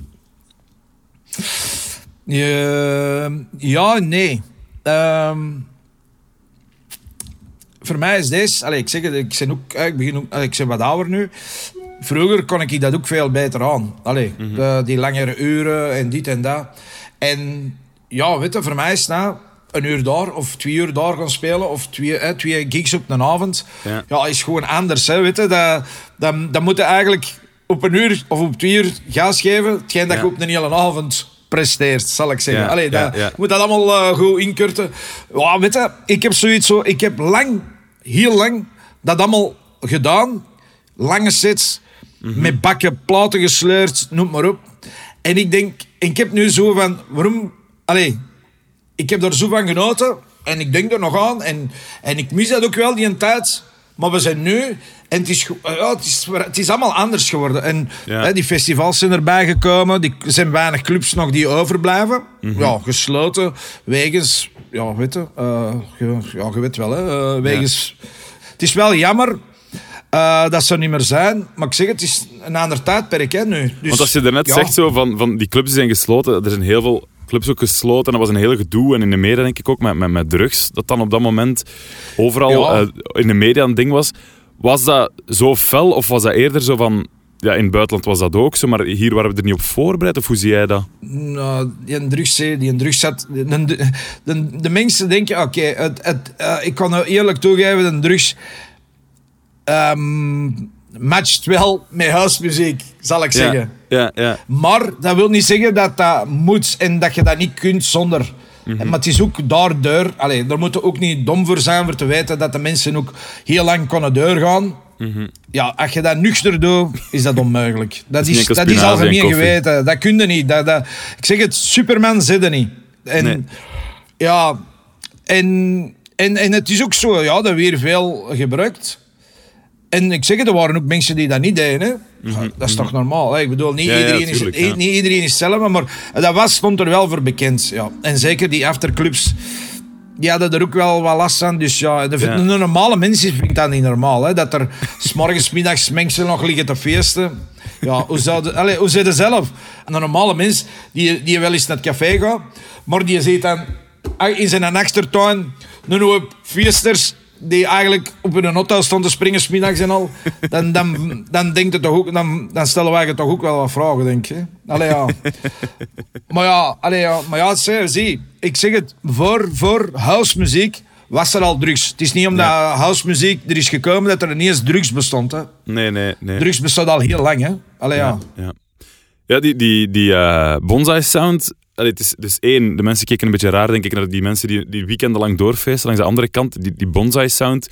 Uh, ja, nee. Um, Voor mij is deze... Allez, ik zeg het, ik ben, ook, ik, begin ook, ik ben wat ouder nu. Vroeger kon ik dat ook veel beter aan. Allee, mm-hmm. de, die langere uren en dit en dat. En ja, weet je, voor mij is nou een uur daar of twee uur daar gaan spelen of twee, eh, twee gigs op een avond. Ja, ja is gewoon anders. Hè, weet je. Dat, dat, dat moet je eigenlijk op een uur of op twee uur gas geven. Hetgeen dat ja. je op een hele avond presteert, zal ik zeggen. Ja, Allee, dat, ja, ja. moet dat allemaal uh, goed inkurten. Ja, weet je, ik heb zoiets zo... Ik heb lang... heel lang dat allemaal gedaan. Lange sets, mm-hmm. met bakken, platen gesleurd, noem maar op. En ik denk, en ik heb nu zo van, waarom... Allee, ik heb er zo van genoten en ik denk er nog aan. En, en ik mis dat ook wel, die een tijd. Maar we zijn nu... En het is, ja, het is, het is allemaal anders geworden. En ja. hè, die festivals zijn erbij gekomen. Er zijn weinig clubs nog die overblijven. Mm-hmm. Ja, gesloten. Wegens... Ja, weet je, uh, je, ja, je weet wel, hè. Uh, wegens... Ja. Het is wel jammer uh, dat ze er niet meer zijn. Maar ik zeg, het is een ander tijdperk, hè, nu. Dus, Want als je daarnet ja. zegt zo van, van die clubs zijn gesloten, er zijn heel veel clubs ook gesloten en dat was een hele gedoe. En in de media denk ik ook met, met, met drugs, dat dan op dat moment overal ja. uh, in de media een ding was. Was dat zo fel of was dat eerder zo van... Ja, in het buitenland was dat ook zo, maar hier waren we er niet op voorbereid, of hoe zie jij dat? Nou, die een drugs, die een drugs zat... De, de, de, de mensen denken, oké, okay, het, het, uh, ik kan nou eerlijk toegeven, de drugs um, matcht wel met huismuziek, zal ik zeggen. Ja, ja, ja. Maar dat wil niet zeggen dat dat moet en dat je dat niet kunt zonder... Mm-hmm. Maar het is ook daardoor... Allee, daar moeten ook niet dom voor zijn voor te weten dat de mensen ook heel lang konden doorgaan. Mm-hmm. Ja, als je dat nuchter doet, is dat onmogelijk. Dat is, dat is algemeen geweten. Dat kun je niet. Dat, dat, ik zeg het, Superman zit er niet. En, nee. ja, en, en, en het is ook zo, ja, dat weer veel gebruikt. En ik zeg het, er waren ook mensen die dat niet deden. Hè. Mm-hmm. Dat is toch normaal. Hè? Ik bedoel, niet, ja, iedereen ja, tuurlijk, is, ja. niet iedereen is hetzelfde, maar dat was, stond er wel voor bekend. Ja. En zeker die afterclubs, die hadden er ook wel wat last van. Dus ja, de, ja. een normale mens vindt dat niet normaal. Hè? Dat er 's morgens, middags mensen nog liggen te feesten. Ja, hoe zou allez, hoe zit je zelf? Een normale mens die, die wel eens naar het café gaat, maar die zit dan in zijn achtertuin een hoop feesters die eigenlijk op hun auto stonden te springen 's middags en al, dan, dan, dan, denkt het toch ook, dan, dan stellen wij toch ook wel wat vragen, denk ik. Allee, ja. Maar ja, allee, ja, maar ja zie, zie, ik zeg het, voor, voor housemuziek was er al drugs. Het is niet omdat ja. housemuziek er is gekomen dat er ineens drugs bestond. Hè. Nee, nee, nee. Drugs bestaat al heel lang, hè. Allee, ja. Ja, ja. ja die, die, die uh, bonsai sound... Allee, het is dus één, de mensen keken een beetje raar, denk ik, naar die mensen die, die weekenden lang doorfeesten. Langs de andere kant, die, die bonsai sound,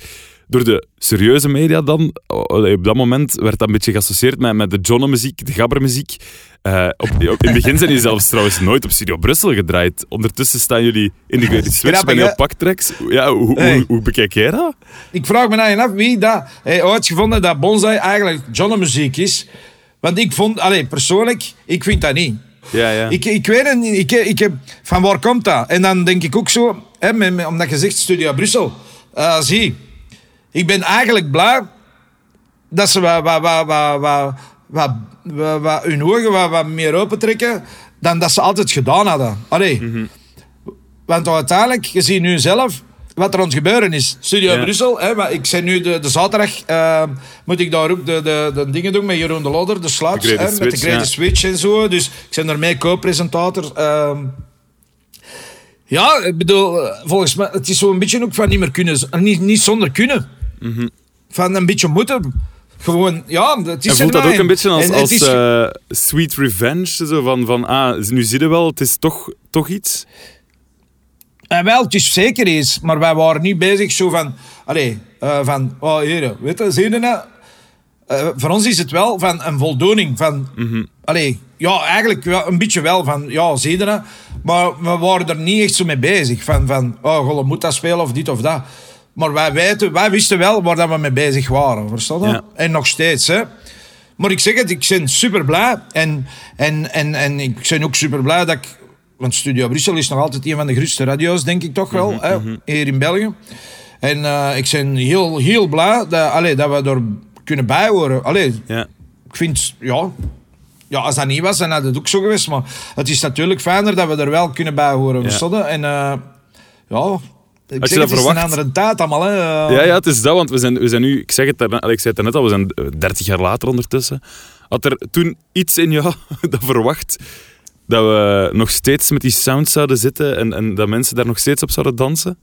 door de serieuze media dan, op dat moment werd dat een beetje geassocieerd met, met de Johnne-muziek, de gabbermuziek. Uh, op, op, in het begin zijn jullie zelfs trouwens nooit op Studio Brussel gedraaid. Ondertussen staan jullie in de, de switch bij heel paktracks. Ja, hoe, hey. hoe, hoe bekijk jij dat? Ik vraag me nou af wie dat hey, uitgevonden dat bonsai eigenlijk Johnne-muziek is. Want ik vond, allez, persoonlijk, ik vind dat niet. Ja, ja. Ik, ik weet het niet. Ik, ik, ik, van waar komt dat? En dan denk ik ook zo, hè, met, met, omdat je zegt Studio Brussel. Uh, zie, ik ben eigenlijk blij dat ze wat, wat, wat, wat, wat, wat, wat, wat hun ogen wat, wat meer opentrekken dan dat ze altijd gedaan hadden. Allee. Mm-hmm. Want uiteindelijk, je ziet nu zelf wat er aan het gebeuren is. Studio ja. Brussel, hè, maar ik zei nu de, de zaterdag, uh, moet ik daar ook de, de, de dingen doen met Jeroen de Lodder, de sluts, hè, switch, met de Great ja. Switch en zo. Dus ik ben daarmee co-presentator. Uh, ja, ik bedoel, volgens mij, het is zo'n beetje ook van niet meer kunnen, niet, niet zonder kunnen. Mm-hmm. Van een beetje moeten. Gewoon, ja, het is en voelt dat ook een beetje als, en, als is... uh, sweet revenge? Zo van, van ah, nu zie je wel, het is toch, toch iets? En wel, het is zeker iets, maar wij waren niet bezig zo van... Allee, uh, van, oh heren, weet je, zie je nou? Uh, voor ons is het wel van een voldoening. Van, mm-hmm. Allee, ja, eigenlijk wel, een beetje wel van, ja, zie je nou? Maar we waren er niet echt zo mee bezig. Van, van oh, goh, moet dat spelen of dit of dat. Maar wij, weten, wij wisten wel waar dat we mee bezig waren, verstaan je? Ja. En nog steeds, hè. Maar ik zeg het, ik ben super blij. En, en, en, en ik ben ook super blij dat ik... Want Studio Brussel is nog altijd een van de grootste radio's, denk ik toch wel, mm-hmm, hè, mm-hmm. hier in België. En uh, ik ben heel, heel blij dat, allee, dat we er kunnen bijhoren. Allee, ja. Ik vind, ja, ja, als dat niet was, dan had het ook zo geweest. Maar het is natuurlijk fijner dat we er wel kunnen bijhoren. Ja. En uh, ja... Ik Als zeg, je het dat is verwacht... een andere tijd allemaal. Hè. Ja, ja, het is dat, want we zijn, we zijn nu... Ik zeg het, ik zei het net al, we zijn dertig jaar later ondertussen. Had er toen iets in jou dat verwacht dat we nog steeds met die sound zouden zitten en, en dat mensen daar nog steeds op zouden dansen?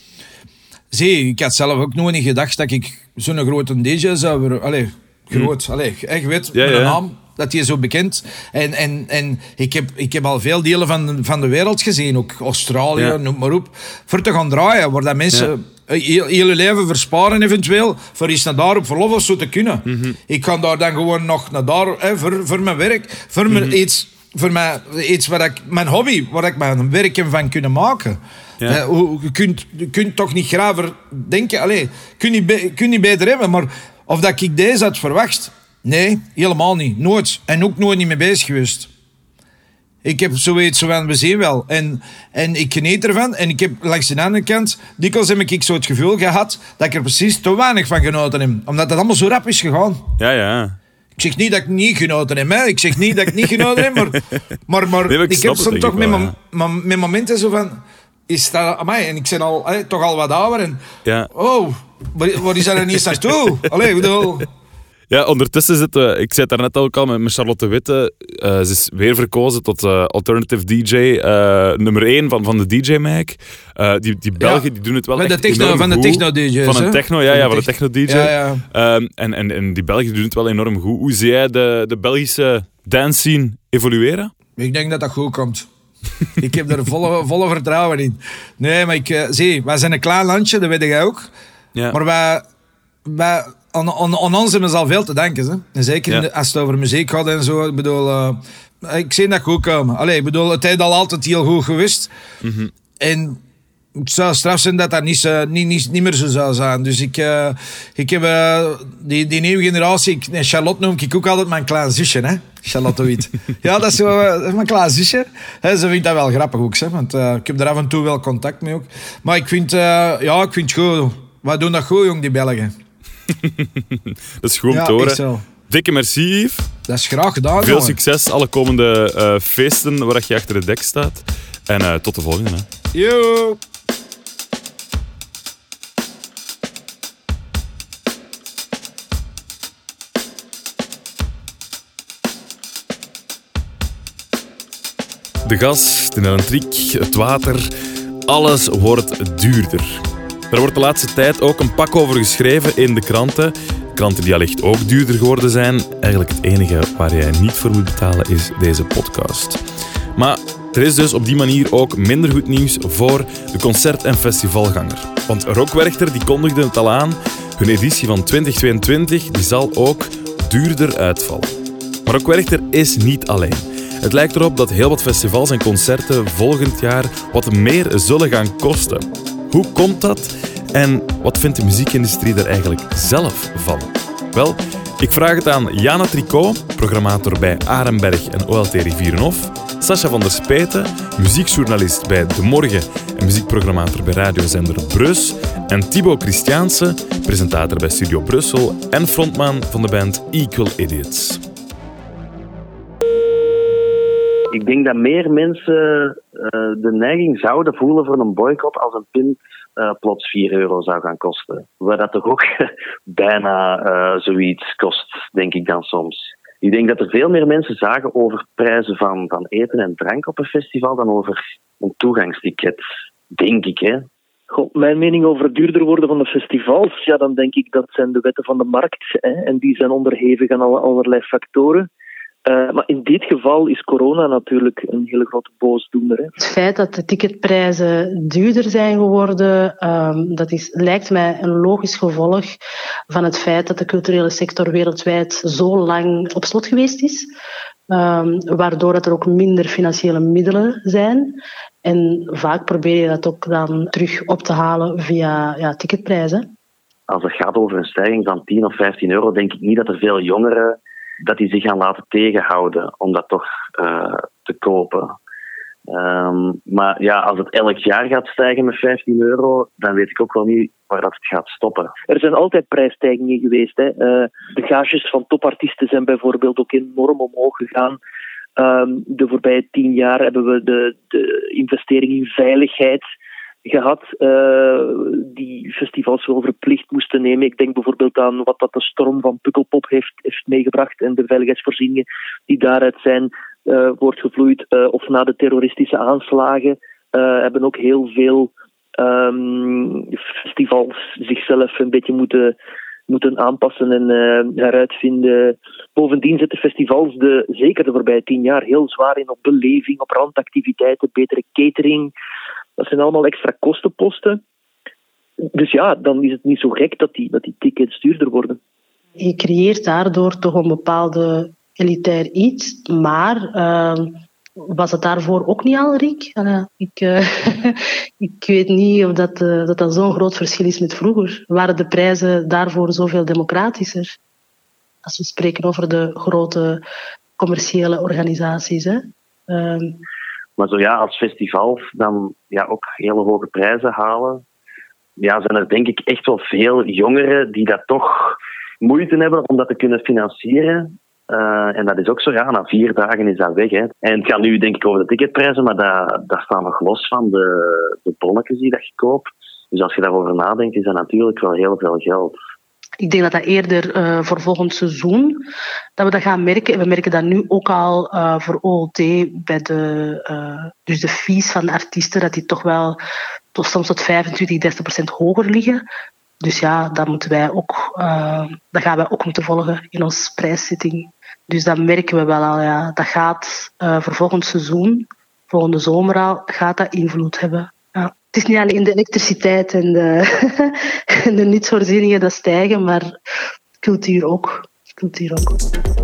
Zie, ik had zelf ook nog niet gedacht dat ik zo'n grote D J zou worden. Allee, groot. Hm. Allee, echt weet, ja, mijn ja. naam, dat die is zo bekend. En, en, en ik, heb, ik heb al veel delen van, van de wereld gezien, ook Australië, ja. noem maar op, voor te gaan draaien, waar dat mensen... Ja. Heel, heel je leven versparen eventueel voor iets naar daar op verlof of zo te kunnen. Mm-hmm. Ik kan daar dan gewoon nog naar daar hè, voor, voor mijn werk, voor mm-hmm. mijn iets, voor mijn, iets waar ik, mijn hobby, waar ik mijn werk van kunnen maken. Ja. Uh, je, kunt, je kunt toch niet graver denken, allee, kun je be, kun je beter hebben, maar of dat ik deze had verwacht, nee, helemaal niet, nooit. En ook nooit niet mee bezig geweest. Ik heb zoiets van, we zien wel. En, en ik geniet ervan. En ik heb langs de andere kant, dikwijls heb ik zo het gevoel gehad dat ik er precies te weinig van genoten heb. Omdat het allemaal zo rap is gegaan. Ja, ja. Ik zeg niet dat ik niet genoten heb. Hè. Ik zeg niet dat ik niet genoten heb, maar, maar, maar nee, ik, ik heb soms toch met, wel, ja. mom, met momenten zo van... Is dat amai? En ik ben al, hè, toch al wat ouder. En, ja. Oh, waar, waar is dat er niet eens naartoe? Allee, ik bedoel... Ja, ondertussen zitten, ik zei het daarnet ook al met Charlotte Witte. Uh, ze is weer verkozen tot uh, Alternative D J, uh, nummer één van, van de D J-Mac. Uh, die, die Belgen ja, die doen het wel echt de techno, Van de techno-D J's. Van een techno, ja, ja, van de techno-D J. Ja, ja. Um, en, en, en die Belgen doen het wel enorm goed. Hoe zie jij de, de Belgische dance scene evolueren? Ik denk dat dat goed komt. Ik heb er volle, volle vertrouwen in. Nee, maar ik uh, zie, wij zijn een klein landje, dat weet jij ook. Ja. Maar wij... wij Aan, aan, aan ons hebben ze al veel te danken. Hè? En zeker ja. de, als het over muziek gaat en zo. Ik bedoel, uh, ik zie dat goed komen. Allee, ik bedoel, het heeft al altijd heel goed geweest. Mm-hmm. En het zou straf zijn dat dat niet, uh, niet, niet, niet meer zo zou zijn. Dus ik, uh, ik heb uh, die, die nieuwe generatie... Ik, nee, Charlotte noem ik ook altijd mijn klein zusje. Hè? Charlotte Wiet. Ja, dat is zo, uh, mijn klein zusje. Hè, ze vindt dat wel grappig ook. Hè? Want uh, ik heb er af en toe wel contact mee ook. Maar ik vind, uh, ja, ik vind het goed. Wij doen dat goed, jong, die Belgen. Dat is goed om ja, te horen. Dikke merci, Yves. Dat is graag gedaan. Veel jongen. succes alle komende uh, feesten waar je achter het dek staat. En uh, tot de volgende. Hè. Yo. De gas, de elektriek, het water, alles wordt duurder. Er wordt de laatste tijd ook een pak over geschreven in de kranten. Kranten die allicht ook duurder geworden zijn. Eigenlijk het enige waar jij niet voor moet betalen is deze podcast. Maar Er is dus op die manier ook minder goed nieuws voor de concert- en festivalganger. Want Rock Werchter die kondigde het al aan, hun editie van twintig tweeëntwintig die zal ook duurder uitvallen. Maar Rock Werchter is niet alleen. Het lijkt erop dat heel wat festivals en concerten volgend jaar wat meer zullen gaan kosten. Hoe komt dat? En wat vindt de muziekindustrie er eigenlijk zelf van? Wel, ik vraag het aan Jana Tricot, programmator bij Arenberg en O L T Rivierenhof, Sascha van der Speten, muziekjournalist bij De Morgen en muziekprogrammator bij radiozender Brus, en Thibaut Christiaanse, presentator bij Studio Brussel en frontman van de band Equal Idiots. Ik denk dat meer mensen uh, de neiging zouden voelen voor een boycott als een pint uh, plots vier euro zou gaan kosten. Waar dat toch ook bijna uh, zoiets kost, denk ik dan soms. Ik denk dat er veel meer mensen zagen over prijzen van, van eten en drank op een festival dan over een toegangsticket. Denk ik, hè. Goh, mijn mening over het duurder worden van de festivals, ja, dan denk ik dat zijn de wetten van de markt. Hè, en die zijn onderhevig aan alle, allerlei factoren. Uh, maar in dit geval is corona natuurlijk een hele grote boosdoener. Hè. Het feit dat de ticketprijzen duurder zijn geworden, um, dat is, lijkt mij een logisch gevolg van het feit dat de culturele sector wereldwijd zo lang op slot geweest is. Um, waardoor dat er ook minder financiële middelen zijn. En vaak probeer je dat ook dan terug op te halen via ja, ticketprijzen. Als het gaat over een stijging van tien of vijftien euro, denk ik niet dat er veel jongeren dat die zich gaan laten tegenhouden om dat toch uh, te kopen. Um, maar ja, als het elk jaar gaat stijgen met vijftien euro, dan weet ik ook wel niet waar dat het gaat stoppen. Er zijn altijd prijsstijgingen geweest. Hè. Uh, de gages van topartiesten zijn bijvoorbeeld ook enorm omhoog gegaan. Um, de voorbije tien jaar hebben we de, de investering in veiligheid gehad, uh, die festivals wel verplicht moesten nemen. Ik denk bijvoorbeeld aan wat dat de storm van Pukkelpop heeft, heeft meegebracht en de veiligheidsvoorzieningen die daaruit zijn uh, voortgevloeid. Uh, of na de terroristische aanslagen uh, hebben ook heel veel um, festivals zichzelf een beetje moeten, moeten aanpassen en uh, heruitvinden. Bovendien zetten festivals de, zeker de voorbije tien jaar heel zwaar in op beleving, op randactiviteiten, betere catering. Dat zijn allemaal extra kostenposten. Dus ja, dan is het niet zo gek dat die, dat die tickets duurder worden. Je creëert daardoor toch een bepaalde elitair iets, maar uh, was het daarvoor ook niet al, Rick? Uh, ik, uh, ik weet niet of dat, uh, dat, dat zo'n groot verschil is met vroeger. Waren de prijzen daarvoor zoveel democratischer? Als we spreken over de grote commerciële organisaties, hè? Uh, Maar zo ja, als festivals dan ja, ook hele hoge prijzen halen, ja, zijn er denk ik echt wel veel jongeren die dat toch moeite hebben om dat te kunnen financieren. Uh, en dat is ook zo, ja, na vier dagen is dat weg. Hè. En het gaat nu denk ik over de ticketprijzen, maar dat, dat staan nog los van de, de bonnetjes die dat je koopt. Dus als je daarover nadenkt, is dat natuurlijk wel heel veel geld. Ik denk dat dat eerder uh, voor volgend seizoen dat we dat gaan merken. En we merken dat nu ook al uh, voor O L T bij de, uh, dus de fees van de artiesten, dat die toch wel tot, soms tot vijfentwintig, dertig procent hoger liggen. Dus ja, dat moeten wij ook, uh, dat gaan wij ook moeten volgen in onze prijszetting. Dus dat merken we wel al. Ja. Dat gaat uh, voor volgend seizoen, volgende zomer al, gaat dat invloed hebben. Ja. Het is niet alleen de elektriciteit en de, en de nutsvoorzieningen dat stijgen, maar cultuur ook. Cultuur ook.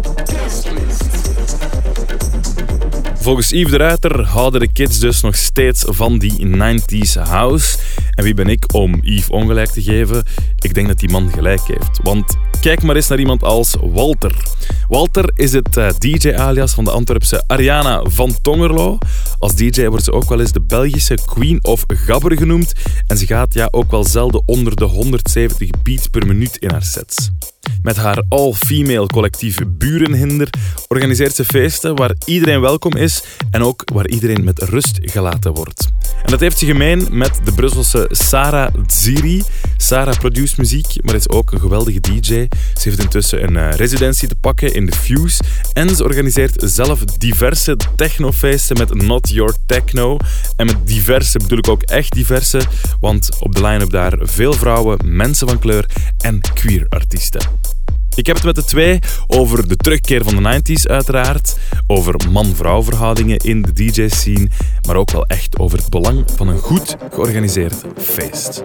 Volgens Yves de Ruiter houden de kids dus nog steeds van die negentiger jaren house. En wie ben ik om Yves ongelijk te geven? Ik denk dat die man gelijk heeft. Want kijk maar eens naar iemand als Walter. Walter is het uh, D J-alias van de Antwerpse Ariana van Tongerlo. Als D J wordt ze ook wel eens de Belgische Queen of Gabber genoemd. En ze gaat ja ook wel zelden onder de honderdzeventig beats per minuut in haar sets. Met haar all-female collectief Burenhinder organiseert ze feesten waar iedereen welkom is en ook waar iedereen met rust gelaten wordt. En dat heeft ze gemeen met de Brusselse Sarah Ziri. Sarah produceert muziek, maar is ook een geweldige D J. Ze heeft intussen een uh, residentie te pakken in de Fuse en ze organiseert zelf diverse technofeesten met Not Your Techno. En met diverse bedoel ik ook echt diverse, want op de line-up daar veel vrouwen, mensen van kleur en queer artiesten. Ik heb het met de twee over de terugkeer van de negentig uiteraard, over man-vrouw verhoudingen in de D J-scene, maar ook wel echt over het belang van een goed georganiseerd feest.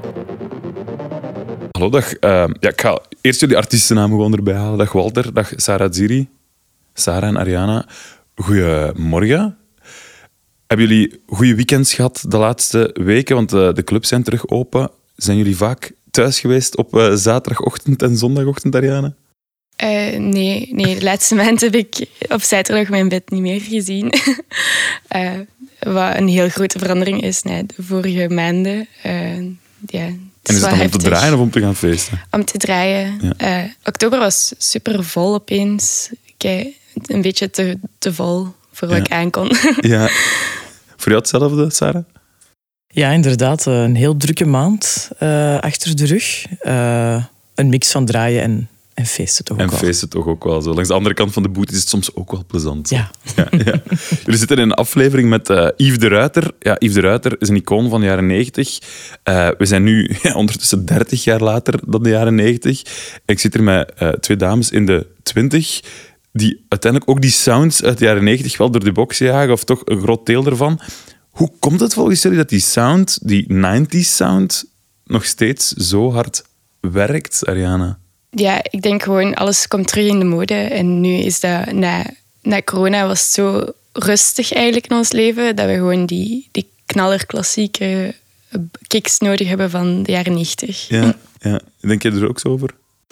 Hallo, dag. Uh, ja, ik ga eerst jullie artiestennamen gewoon erbij halen. Dag Walter, dag Sarah Ziri, Sarah en Ariana. Goedemorgen. Hebben jullie goede weekends gehad de laatste weken? Want uh, de clubs zijn terug open. Zijn jullie vaak thuis geweest op uh, zaterdagochtend en zondagochtend, Ariana? Uh, nee, nee, de laatste maand heb ik op zaterdag mijn bed niet meer gezien. uh, wat een heel grote verandering is na de vorige maanden. Uh, ja, en is het dan heftig. Om te draaien of om te gaan feesten? Om te draaien. Ja. Uh, oktober was super vol opeens. Kijk, een beetje te, te vol voor wat ja. ik aankon. Ja. Voor jou hetzelfde, Sarah? Ja, inderdaad. Een heel drukke maand uh, achter de rug. Uh, een mix van draaien en, en feesten toch ook en wel. En feesten toch ook wel. Zo. Langs de andere kant van de boot is het soms ook wel plezant. Ja. ja, ja. Jullie zitten in een aflevering met uh, Yves de Ruiter. Ja, Yves de Ruiter is een icoon van de jaren negentig. Uh, we zijn nu ja, ondertussen dertig jaar later dan de jaren negentig. Ik zit hier met uh, twee dames in de twintig... die uiteindelijk ook die sounds uit de jaren negentig wel door de box jagen, of toch een groot deel ervan. Hoe komt het volgens jullie dat die sound, die negentig sound, nog steeds zo hard werkt, Ariana? Ja, ik denk gewoon, alles komt terug in de mode. En nu is dat, na, na corona was het zo rustig eigenlijk in ons leven, dat we gewoon die, die knaller klassieke kicks nodig hebben van de jaren negentig. Ja, ja. Denk je er ook zo over?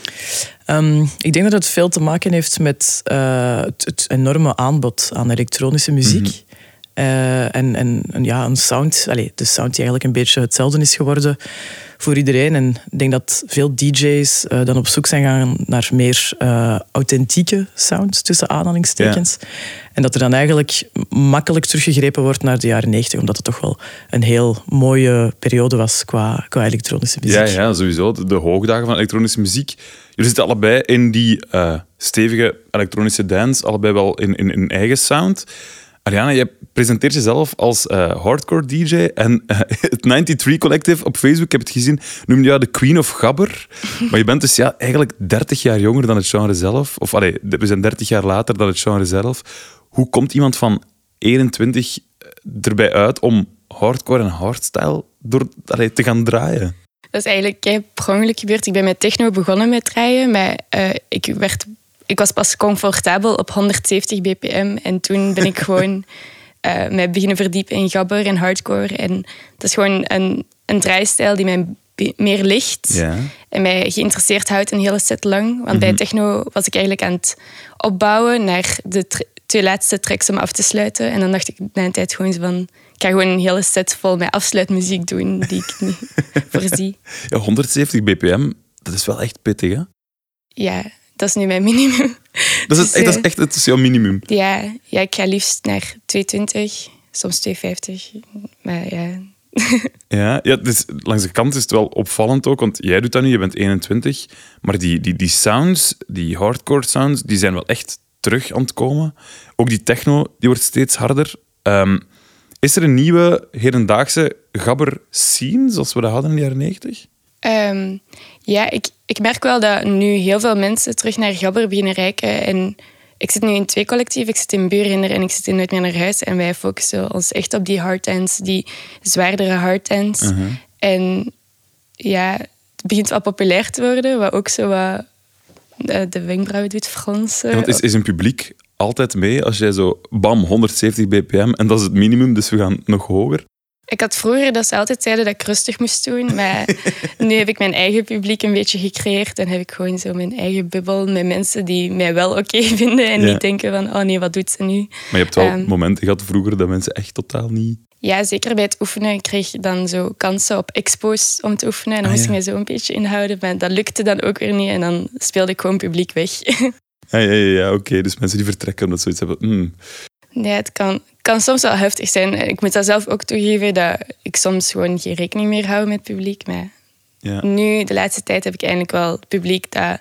Um, ik denk dat het veel te maken heeft met uh, het, het enorme aanbod aan elektronische muziek. Mm-hmm. Uh, en, en, en ja, een sound, allez, de sound die eigenlijk een beetje hetzelfde is geworden voor iedereen. En ik denk dat veel D J's uh, dan op zoek zijn gegaan naar meer uh, authentieke sound, tussen aanhalingstekens. Ja. En dat er dan eigenlijk makkelijk teruggegrepen wordt naar de jaren negentig, omdat het toch wel een heel mooie periode was qua, qua elektronische muziek. Ja, ja, sowieso. De, de hoogdagen van elektronische muziek. Jullie zitten allebei in die uh, stevige elektronische dance, allebei wel in, in, in eigen sound. Ariana, jij presenteert jezelf als uh, hardcore D J en uh, het negenennegentig Collective op Facebook, ik heb het gezien, noemde jou de Queen of Gabber. Maar je bent dus ja, eigenlijk dertig jaar jonger dan het genre zelf. Of allee, we zijn dertig jaar later dan het genre zelf. Hoe komt iemand van eenentwintig erbij uit om hardcore en hardstyle door, allee, te gaan draaien? Dat is eigenlijk kei per ongeluk gebeurd. Ik ben met techno begonnen met draaien, maar uh, ik werd... Ik was pas comfortabel op honderdzeventig B P M en toen ben ik gewoon uh, mij beginnen verdiepen in gabber en hardcore. En dat is gewoon een, een draaistijl die mij be- meer ligt ja. en mij geïnteresseerd houdt een hele set lang. Want mm-hmm. bij techno was ik eigenlijk aan het opbouwen naar de tr- twee laatste tracks om af te sluiten. En dan dacht ik na een tijd gewoon zo van... Ik ga gewoon een hele set vol met afsluitmuziek doen die ik niet voorzie. Ja, honderdzeventig B P M, dat is wel echt pittig, hè? Ja... Dat is nu mijn minimum. Dat is, dus, dat is echt het is jouw minimum? Ja, ja, ik ga liefst naar tweehonderdtwintig, soms tweehonderdvijftig. Maar ja... Ja, ja dus langs de kant is het wel opvallend ook, want jij doet dat nu, je bent eenentwintig. Maar die, die, die sounds, die hardcore sounds, die zijn wel echt terug aan het komen. Ook die techno, die wordt steeds harder. Um, is er een nieuwe, hedendaagse gabber scene, zoals we dat hadden in de jaren negentig? Um, ja, ik, ik merk wel dat nu heel veel mensen terug naar gabber beginnen reiken. En ik zit nu in twee collectieven. Ik zit in Buurhinder en ik zit in Nooit meer naar huis. En wij focussen ons echt op die harddance, die zwaardere harddance. Uh-huh. En ja, het begint wel populair te worden, wat ook zo wat de, de wenkbrauwen doet fronsen. Ja, want is, is een publiek altijd mee als jij zo, bam, honderdzeventig B P M en dat is het minimum, dus we gaan nog hoger? Ik had vroeger dat ze altijd zeiden dat ik rustig moest doen, maar nu heb ik mijn eigen publiek een beetje gecreëerd en heb ik gewoon zo mijn eigen bubbel met mensen die mij wel oké okay vinden en ja. niet denken van, oh nee, wat doet ze nu? Maar je hebt wel um, momenten gehad vroeger dat mensen echt totaal niet... Ja, zeker bij het oefenen. Ik kreeg dan zo kansen op expo's om te oefenen en dan ah, moest ja. ik mij zo een beetje inhouden, maar dat lukte dan ook weer niet en dan speelde ik gewoon publiek weg. Ja, ja, ja, ja oké. Okay. Dus mensen die vertrekken omdat ze zoiets hebben... Mm. Nee, het kan, kan soms wel heftig zijn. Ik moet dat zelf ook toegeven dat ik soms gewoon geen rekening meer hou met het publiek. Maar ja. nu, de laatste tijd, heb ik eigenlijk wel het publiek dat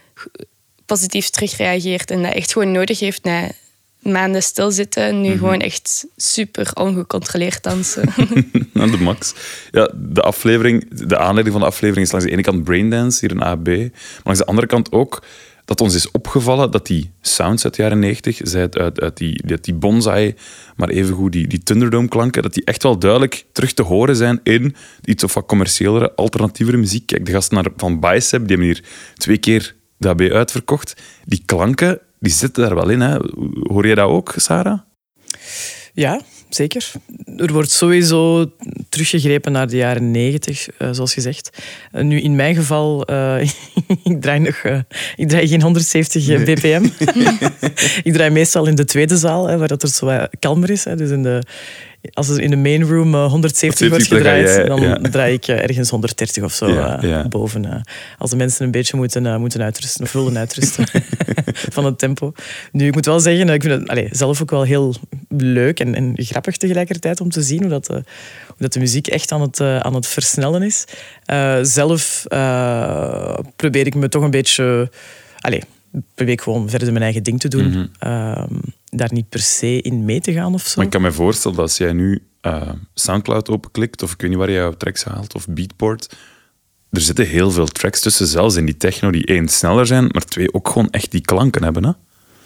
positief terugreageert en dat echt gewoon nodig heeft na maanden stilzitten. Nu mm-hmm. gewoon echt super ongecontroleerd dansen. Aan de max. Ja, de aflevering, de aanleiding van de aflevering is langs de ene kant Braindance, hier in A B. Maar langs de andere kant ook dat ons is opgevallen dat die sounds uit de jaren negentig, zij het uit, uit die, die, die bonsai, maar evengoed die, die Thunderdome-klanken, dat die echt wel duidelijk terug te horen zijn in iets of wat commerciëlere, alternatievere muziek. Kijk, de gasten van Bicep, die hebben hier twee keer D A B uitverkocht. Die klanken, die zitten daar wel in. Hè? Hoor je dat ook, Sarah? Ja, zeker. Er wordt sowieso teruggegrepen naar de jaren negentig, uh, zoals gezegd. Uh, nu, in mijn geval, uh, ik draai nog, uh, ik draai geen honderdzeventig B P M. Ik draai meestal in de tweede zaal, hè, waar dat er zo wat kalmer is. Hè. Dus in de, als er in de main room uh, honderdzeventig wordt gedraaid, jij, dan ja. draai ik uh, ergens honderddertig of zo ja, uh, ja. boven. Uh, als de mensen een beetje moeten, uh, moeten uitrusten, of willen uitrusten van het tempo. Nu, ik moet wel zeggen, ik vind het allez, zelf ook wel heel leuk en, en grappig tegelijkertijd om te zien hoe dat, uh, hoe dat de muziek echt aan het, uh, aan het versnellen is. Uh, zelf uh, probeer ik me toch een beetje... Allez, probeer ik gewoon verder mijn eigen ding te doen. Mm-hmm. Uh, daar niet per se in mee te gaan of zo. Maar ik kan me voorstellen dat als jij nu uh, Soundcloud openklikt, of ik weet niet waar je jouw tracks haalt, of Beatport, er zitten heel veel tracks tussen, zelfs in die techno, die één, sneller zijn, maar twee, ook gewoon echt die klanken hebben, hè?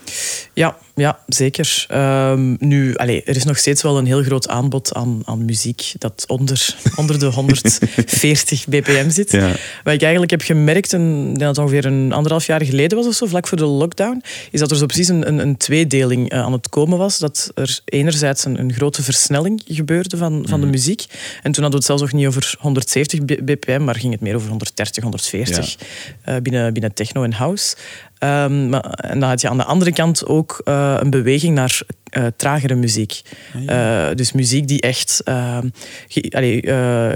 Ja, ja, zeker. Um, nu, allez, er is nog steeds wel een heel groot aanbod aan, aan muziek dat onder, onder de honderdveertig B P M zit. Ja. Wat ik eigenlijk heb gemerkt, en ik denk dat het ongeveer een anderhalf jaar geleden was of zo, vlak voor de lockdown, is dat er zo precies een, een, een tweedeling uh, aan het komen was. Dat er enerzijds een, een grote versnelling gebeurde van, van mm. de muziek. En toen hadden we het zelfs nog niet over honderdzeventig B P M, maar ging het meer over honderddertig, honderdveertig ja. uh, binnen, binnen techno en house. Um, maar, en dan had je aan de andere kant ook uh, een beweging naar uh, tragere muziek. Ah, ja. uh, dus muziek die echt... Uh, ge, allee, uh,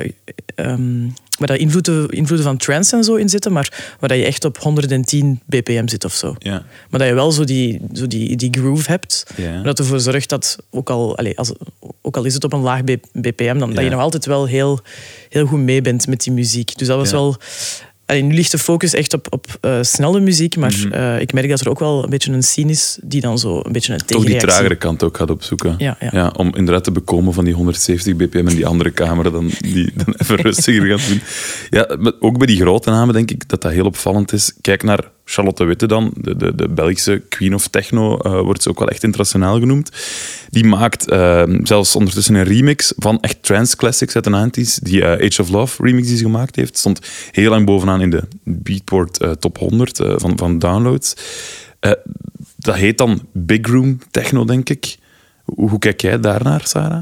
um, waar dat invloeden, invloeden van trance en zo in zitten, maar waar dat je echt op honderdtien B P M zit of zo. Ja. Maar dat je wel zo die, zo die, die groove hebt, ja. dat ervoor zorgt dat, ook al, allee, als, ook al is het op een laag B P M, dan ja. dat je nog altijd wel heel, heel goed mee bent met die muziek. Dus dat was ja. wel... Allee, nu ligt de focus echt op, op uh, snelle muziek, maar mm-hmm. uh, ik merk dat er ook wel een beetje een scene is die dan zo een beetje een tegenreactie... Toch die tragere kant ook gaat opzoeken. Ja, ja. Ja, om inderdaad te bekomen van die honderdzeventig B P M en die andere camera dan, die dan even rustiger gaat doen. Ja, maar ook bij die grote namen denk ik dat dat heel opvallend is. Kijk naar Charlotte Witte dan, de, de, de Belgische Queen of Techno, uh, wordt ze ook wel echt internationaal genoemd. Die maakt uh, zelfs ondertussen een remix van echt trance classics uit de negentig. Die uh, Age of Love remix die ze gemaakt heeft. Stond heel lang bovenaan in de Beatport uh, top honderd uh, van, van downloads. Uh, dat heet dan Big Room Techno, denk ik. Hoe, hoe kijk jij daarnaar, Sarah?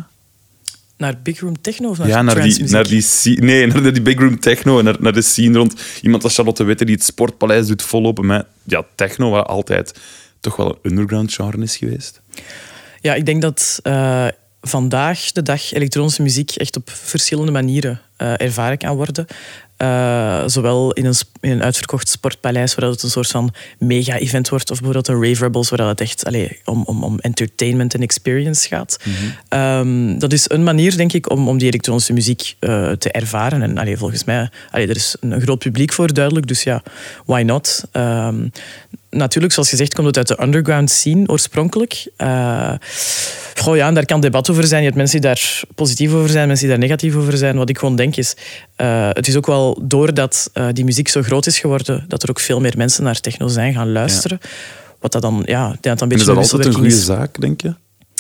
Naar Big Room Techno of naar ja, naar trance die, naar die scene, nee, naar die Big Room Techno en naar, naar de scene rond iemand als Charlotte Witte die het Sportpaleis doet vollopen met ja, techno, wat altijd toch wel een underground genre is geweest. Ja, ik denk dat uh, vandaag de dag elektronische muziek echt op verschillende manieren uh, ervaren kan worden. Uh, zowel in een, in een uitverkocht sportpaleis, waar het een soort van mega-event wordt, of bijvoorbeeld een Rave Rebels, waar het echt allee, om, om, om entertainment en experience gaat. Mm-hmm. Um, dat is een manier, denk ik, om, om die elektronische muziek uh, te ervaren. En allee, volgens mij, allee, er is een groot publiek voor, duidelijk, dus ja, why not? Um, natuurlijk, zoals gezegd, komt het uit de underground scene oorspronkelijk. Uh, goh, ja, en daar kan debat over zijn. Je hebt mensen die daar positief over zijn, mensen die daar negatief over zijn. Wat ik gewoon denk is, uh, het is ook wel doordat uh, die muziek zo groot is geworden, dat er ook veel meer mensen naar techno zijn gaan luisteren. Ja. Wat dat dan, ja, dat een beetje en is dat altijd een goede is. zaak, denk je?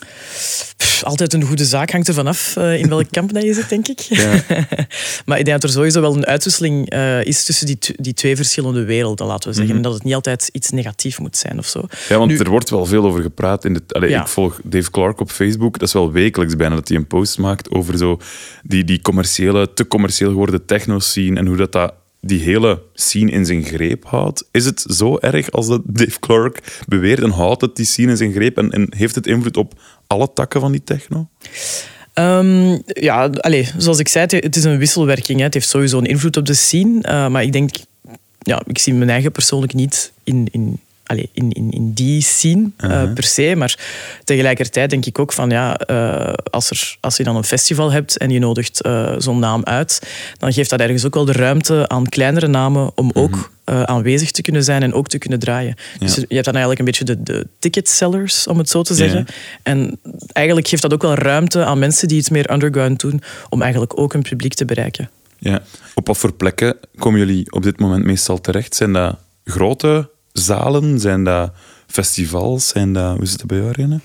Pff, altijd een goede zaak, hangt er vanaf uh, in welk kamp dat je zit, denk ik. Ja. Maar ik denk dat er sowieso wel een uitwisseling uh, is tussen die, t- die twee verschillende werelden, laten we zeggen. Mm-hmm. En dat het niet altijd iets negatiefs moet zijn of zo. Ja, want nu, er wordt wel veel over gepraat. In de, allee, ja. Ik volg Dave Clark op Facebook. Dat is wel wekelijks bijna dat hij een post maakt over zo die, die commerciële, te commercieel geworden techno-scene en hoe dat, dat die hele scene in zijn greep houdt. Is het zo erg als dat Dave Clark beweert en houdt het die scene in zijn greep en, en heeft het invloed op alle takken van die techno? Um, ja, allez, zoals ik zei, het is een wisselwerking. Hè. Het heeft sowieso een invloed op de scene. Uh, maar ik denk, ja, ik zie mijn eigen persoonlijk niet in... in Allee, in, in, in die scene uh, uh-huh. per se, maar tegelijkertijd denk ik ook van ja, uh, als, er, als je dan een festival hebt en je nodigt uh, zo'n naam uit, dan geeft dat ergens ook wel de ruimte aan kleinere namen om uh-huh. ook uh, aanwezig te kunnen zijn en ook te kunnen draaien. Ja. Dus je hebt dan eigenlijk een beetje de, de ticketsellers, om het zo te zeggen. Ja. En eigenlijk geeft dat ook wel ruimte aan mensen die iets meer underground doen, om eigenlijk ook een publiek te bereiken. Ja. Op wat voor plekken komen jullie op dit moment meestal terecht? Zijn dat grote zalen? Zijn dat festivals? Zijn dat, hoe zit het bij jou, Irene?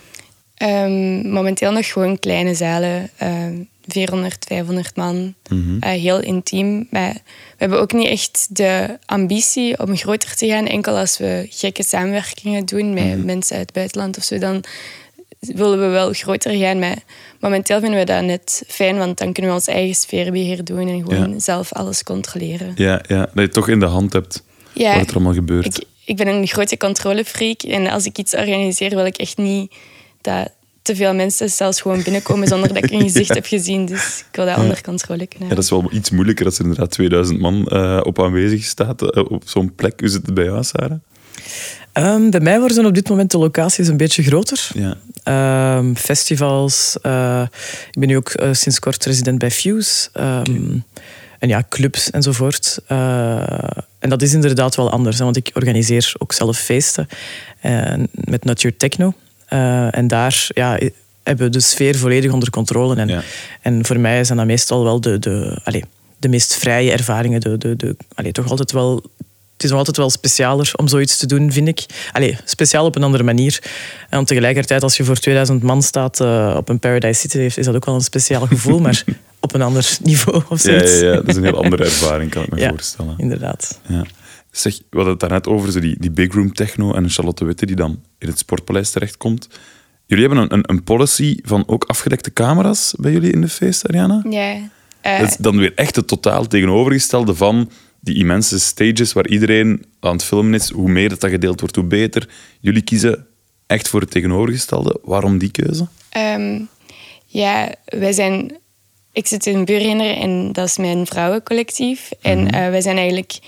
Um, momenteel nog gewoon kleine zalen. Uh, vierhonderd, vijfhonderd man. Mm-hmm. Uh, heel intiem. Maar we hebben ook niet echt de ambitie om groter te gaan. Enkel als we gekke samenwerkingen doen met mm-hmm. mensen uit het buitenland of zo, dan willen we wel groter gaan. Maar momenteel vinden we dat net fijn, want dan kunnen we ons eigen sfeerbeheer doen en gewoon ja. zelf alles controleren. Ja, ja, dat je toch in de hand hebt ja, wat er allemaal gebeurt. Ik, ik ben een grote controlefreak en als ik iets organiseer, wil ik echt niet dat te veel mensen zelfs gewoon binnenkomen zonder dat ik een gezicht ja. heb gezien. Dus ik wil dat ja. onder controle kunnen. Ja, dat is wel iets moeilijker als er inderdaad tweeduizend man uh, op aanwezig staat uh, op zo'n plek. Hoe zit het bij jou, Sarah? Um, bij mij worden op dit moment de locaties een beetje groter. Ja. Um, festivals. Uh, ik ben nu ook uh, sinds kort resident bij Fuse. Um, okay. En ja, clubs enzovoort. Uh, en dat is inderdaad wel anders, hè, want ik organiseer ook zelf feesten uh, met Not Your Techno. Uh, en daar ja, hebben we de sfeer volledig onder controle. En, ja. en voor mij zijn dat meestal wel de, de, allez, de meest vrije ervaringen. De, de, de, allez, toch altijd wel, het is nog altijd wel specialer om zoiets te doen, vind ik. Allez, speciaal op een andere manier. En tegelijkertijd, als je voor tweeduizend man staat uh, op een Paradise City, is dat ook wel een speciaal gevoel, maar op een ander niveau of zoiets. Ja, ja, ja, dat is een heel andere ervaring, kan ik me ja, voorstellen. Inderdaad. Ja. Zeg, we hadden het daarnet over zo die, die big room techno en Charlotte Witte die dan in het Sportpaleis terechtkomt. Jullie hebben een, een, een policy van ook afgedekte camera's bij jullie in de feest, Ariana? Ja. Uh... Dat is dan weer echt het totaal tegenovergestelde van die immense stages waar iedereen aan het filmen is. Hoe meer dat, dat gedeeld wordt, hoe beter. Jullie kiezen echt voor het tegenovergestelde. Waarom die keuze? Um, ja, wij zijn... Ik zit in Buurhinder en dat is mijn vrouwencollectief. En mm-hmm. uh, wij zijn eigenlijk...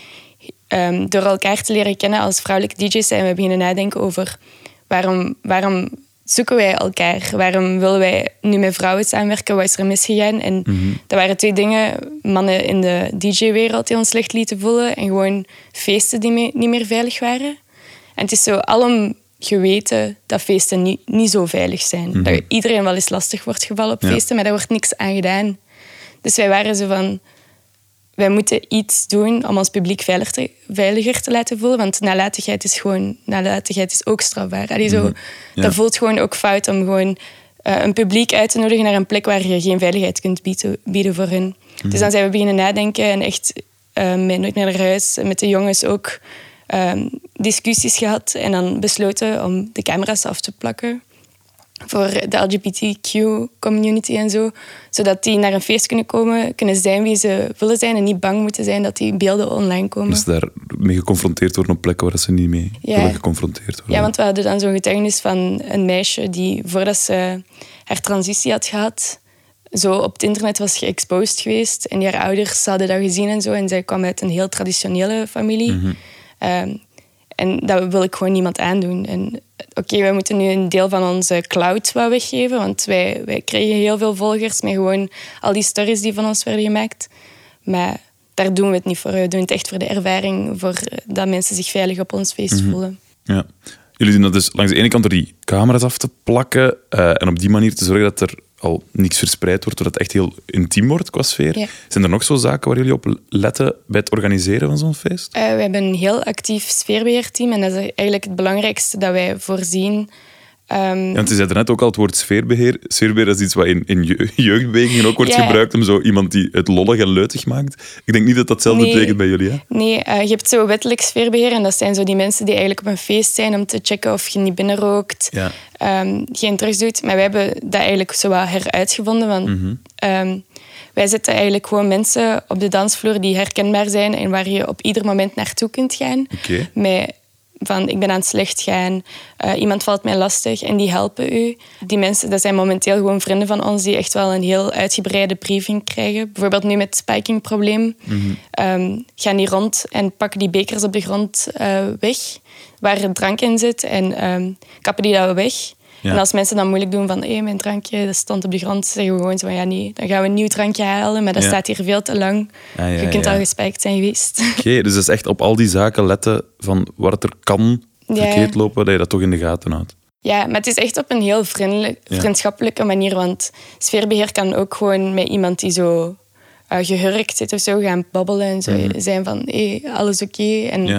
Um, door elkaar te leren kennen als vrouwelijke D J's zijn we beginnen nadenken over waarom, waarom zoeken wij elkaar? Waarom willen wij nu met vrouwen samenwerken? Wat is er misgegaan? En mm-hmm. dat waren twee dingen. Mannen in de D J-wereld die ons slecht lieten voelen en gewoon feesten die me, niet meer veilig waren. En het is zo alom geweten dat feesten niet, niet zo veilig zijn. Mm-hmm. Dat iedereen wel eens lastig wordt gevallen op ja. feesten, maar daar wordt niks aan gedaan. Dus wij waren zo van... Wij moeten iets doen om ons publiek veiliger te, veiliger te laten voelen. Want nalatigheid is gewoon... Nalatigheid is ook strafbaar. Allee, zo, mm-hmm. ja. Dat voelt gewoon ook fout om gewoon uh, een publiek uit te nodigen naar een plek waar je geen veiligheid kunt bieden, bieden voor hun. Mm-hmm. Dus dan zijn we beginnen nadenken en echt uh, met Nooit meer naar huis, met de jongens ook uh, discussies gehad. En dan besloten om de camera's af te plakken voor de L G B T Q-community en zo. Zodat die naar een feest kunnen komen, kunnen zijn wie ze willen zijn en niet bang moeten zijn dat die beelden online komen. Dus daar mee geconfronteerd worden op plekken waar ze niet mee ja. willen geconfronteerd worden. Ja, want we hadden dan zo'n getuigenis van een meisje die voordat ze haar transitie had gehad, zo op het internet was geëxposed geweest. En die haar ouders hadden dat gezien en zo. En zij kwam uit een heel traditionele familie. Mm-hmm. Um, en dat wil ik gewoon niemand aandoen. En oké, okay, wij moeten nu een deel van onze cloud wat weggeven, want wij, wij kregen heel veel volgers met gewoon al die stories die van ons werden gemaakt. Maar daar doen we het niet voor. We doen het echt voor de ervaring, voor dat mensen zich veilig op ons feest mm-hmm. voelen. Ja. Jullie doen dat dus langs de ene kant door die camera's af te plakken uh, en op die manier te zorgen dat er al niks verspreid wordt, doordat het echt heel intiem wordt qua sfeer. Ja. Zijn er nog zo zaken waar jullie op letten bij het organiseren van zo'n feest? Uh, we hebben een heel actief sfeerbeheerteam en dat is eigenlijk het belangrijkste dat wij voorzien. Um... Ja, want je zei net ook al het woord sfeerbeheer. Sfeerbeheer is iets wat in, in jeugdbewegingen ook wordt ja. gebruikt om zo iemand die het lollig en leutig maakt. Ik denk niet dat dat hetzelfde nee. betekent bij jullie. Hè? Nee, uh, je hebt zo wettelijk sfeerbeheer en dat zijn zo die mensen die eigenlijk op een feest zijn om te checken of je niet binnenrookt, ja. um, geen drugs doet. Maar wij hebben dat eigenlijk zo wat heruitgevonden. Want, mm-hmm. um, wij zetten eigenlijk gewoon mensen op de dansvloer die herkenbaar zijn en waar je op ieder moment naartoe kunt gaan. Okay. Met van ik ben aan het slecht gaan, uh, iemand valt mij lastig en die helpen u. Die mensen, dat zijn momenteel gewoon vrienden van ons die echt wel een heel uitgebreide briefing krijgen. Bijvoorbeeld nu met het spikingprobleem. Mm-hmm. Um, gaan die rond en pakken die bekers op de grond uh, weg, waar er drank in zit en um, kappen die dat weg. Ja. En als mensen dan moeilijk doen van hey, mijn drankje dat stond op de grond, zeggen we gewoon zo van ja nee, dan gaan we een nieuw drankje halen, maar dat ja. staat hier veel te lang. Ja, ja, je kunt ja. al gespijkt zijn geweest. Oké, okay, dus dat is echt op al die zaken letten van waar het er kan verkeerd ja. lopen, dat je dat toch in de gaten houdt. Ja, maar het is echt op een heel vriendelijk, vriendschappelijke manier, want sfeerbeheer kan ook gewoon met iemand die zo uh, gehurkt zit of zo gaan babbelen en zo mm-hmm. zijn van hey, alles oké. Okay. En ja.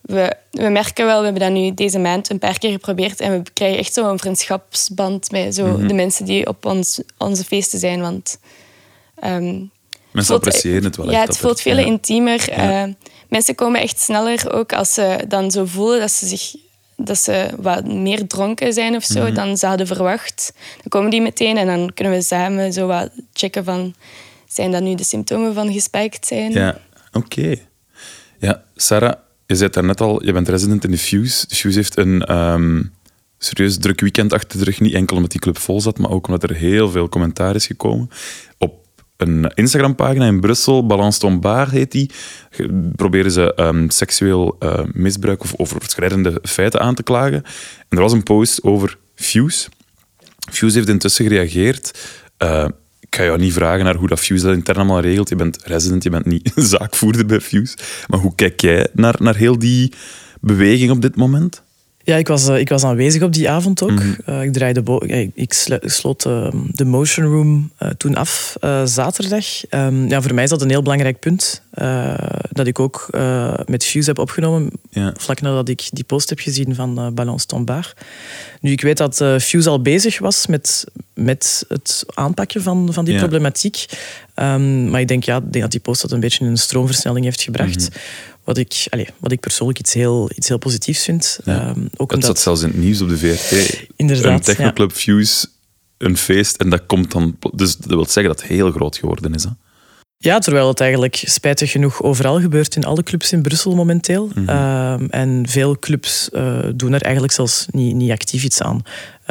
we, we merken wel, we hebben dat nu deze maand een paar keer geprobeerd en we krijgen echt zo'n vriendschapsband met zo mm-hmm. de mensen die op ons, onze feesten zijn. Want, um, mensen voelt, appreciëren het wel ja, echt. Het voelt veel ja. intiemer. Ja. Uh, mensen komen echt sneller ook als ze dan zo voelen dat ze zich... dat ze wat meer dronken zijn of zo, mm-hmm. dan ze hadden verwacht. Dan komen die meteen en dan kunnen we samen zo wat checken van... zijn dat nu de symptomen van gespijkt zijn? Ja, oké. Okay. Ja, Sarah, je zei daar net al, je bent resident in de Fuse. De Fuse heeft een um, serieus druk weekend achter de rug. Niet enkel omdat die club vol zat, maar ook omdat er heel veel commentaar is gekomen. Op een Instagram-pagina in Brussel, Balance ton Bar heet die, proberen ze um, seksueel uh, misbruik of overschrijdende feiten aan te klagen. En er was een post over Fuse. Fuse heeft intussen gereageerd. Uh, ik ga jou niet vragen naar hoe dat Fuse dat intern allemaal regelt. Je bent resident, je bent niet zaakvoerder bij Fuse. Maar hoe kijk jij naar, naar heel die beweging op dit moment? Ja, ik was, uh, ik was aanwezig op die avond ook. Mm-hmm. Uh, ik draaide bo- ik, ik sloot uh, de Motion Room uh, toen af, uh, zaterdag. Um, ja, voor mij is dat een heel belangrijk punt. Uh, dat ik ook uh, met Fuse heb opgenomen. Ja. Vlak nadat ik die post heb gezien van uh, Balance ton Bar. Nu, ik weet dat uh, Fuse al bezig was met, met het aanpakken van, van die ja. problematiek. Um, maar ik denk, ja, ik denk dat die post dat een beetje in een stroomversnelling heeft gebracht. Mm-hmm. Wat ik, allez, wat ik persoonlijk iets heel, iets heel positiefs vind. Ja. Um, ook het omdat... zat zelfs in het nieuws op de V R T. Inderdaad, een technoclub ja. Fuse, een feest. En dat komt dan... Dus dat wil zeggen dat het heel groot geworden is. Hè? Ja, terwijl het eigenlijk spijtig genoeg overal gebeurt in alle clubs in Brussel momenteel. Mm-hmm. Um, en veel clubs uh, doen er eigenlijk zelfs niet, niet actief iets aan.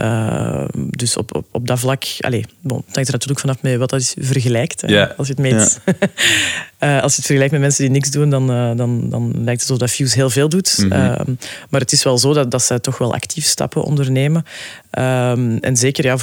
Uh, dus op, op, op dat vlak... Allez, bon, het hangt er natuurlijk vanaf met wat dat is vergelijkt. Yeah. Als je het meet. Yeah. uh, als je het vergelijkt met mensen die niks doen, dan, uh, dan, dan lijkt het alsof dat Fuse heel veel doet. Mm-hmm. Uh, maar het is wel zo dat, dat zij toch wel actief stappen ondernemen. Uh, en zeker, ja...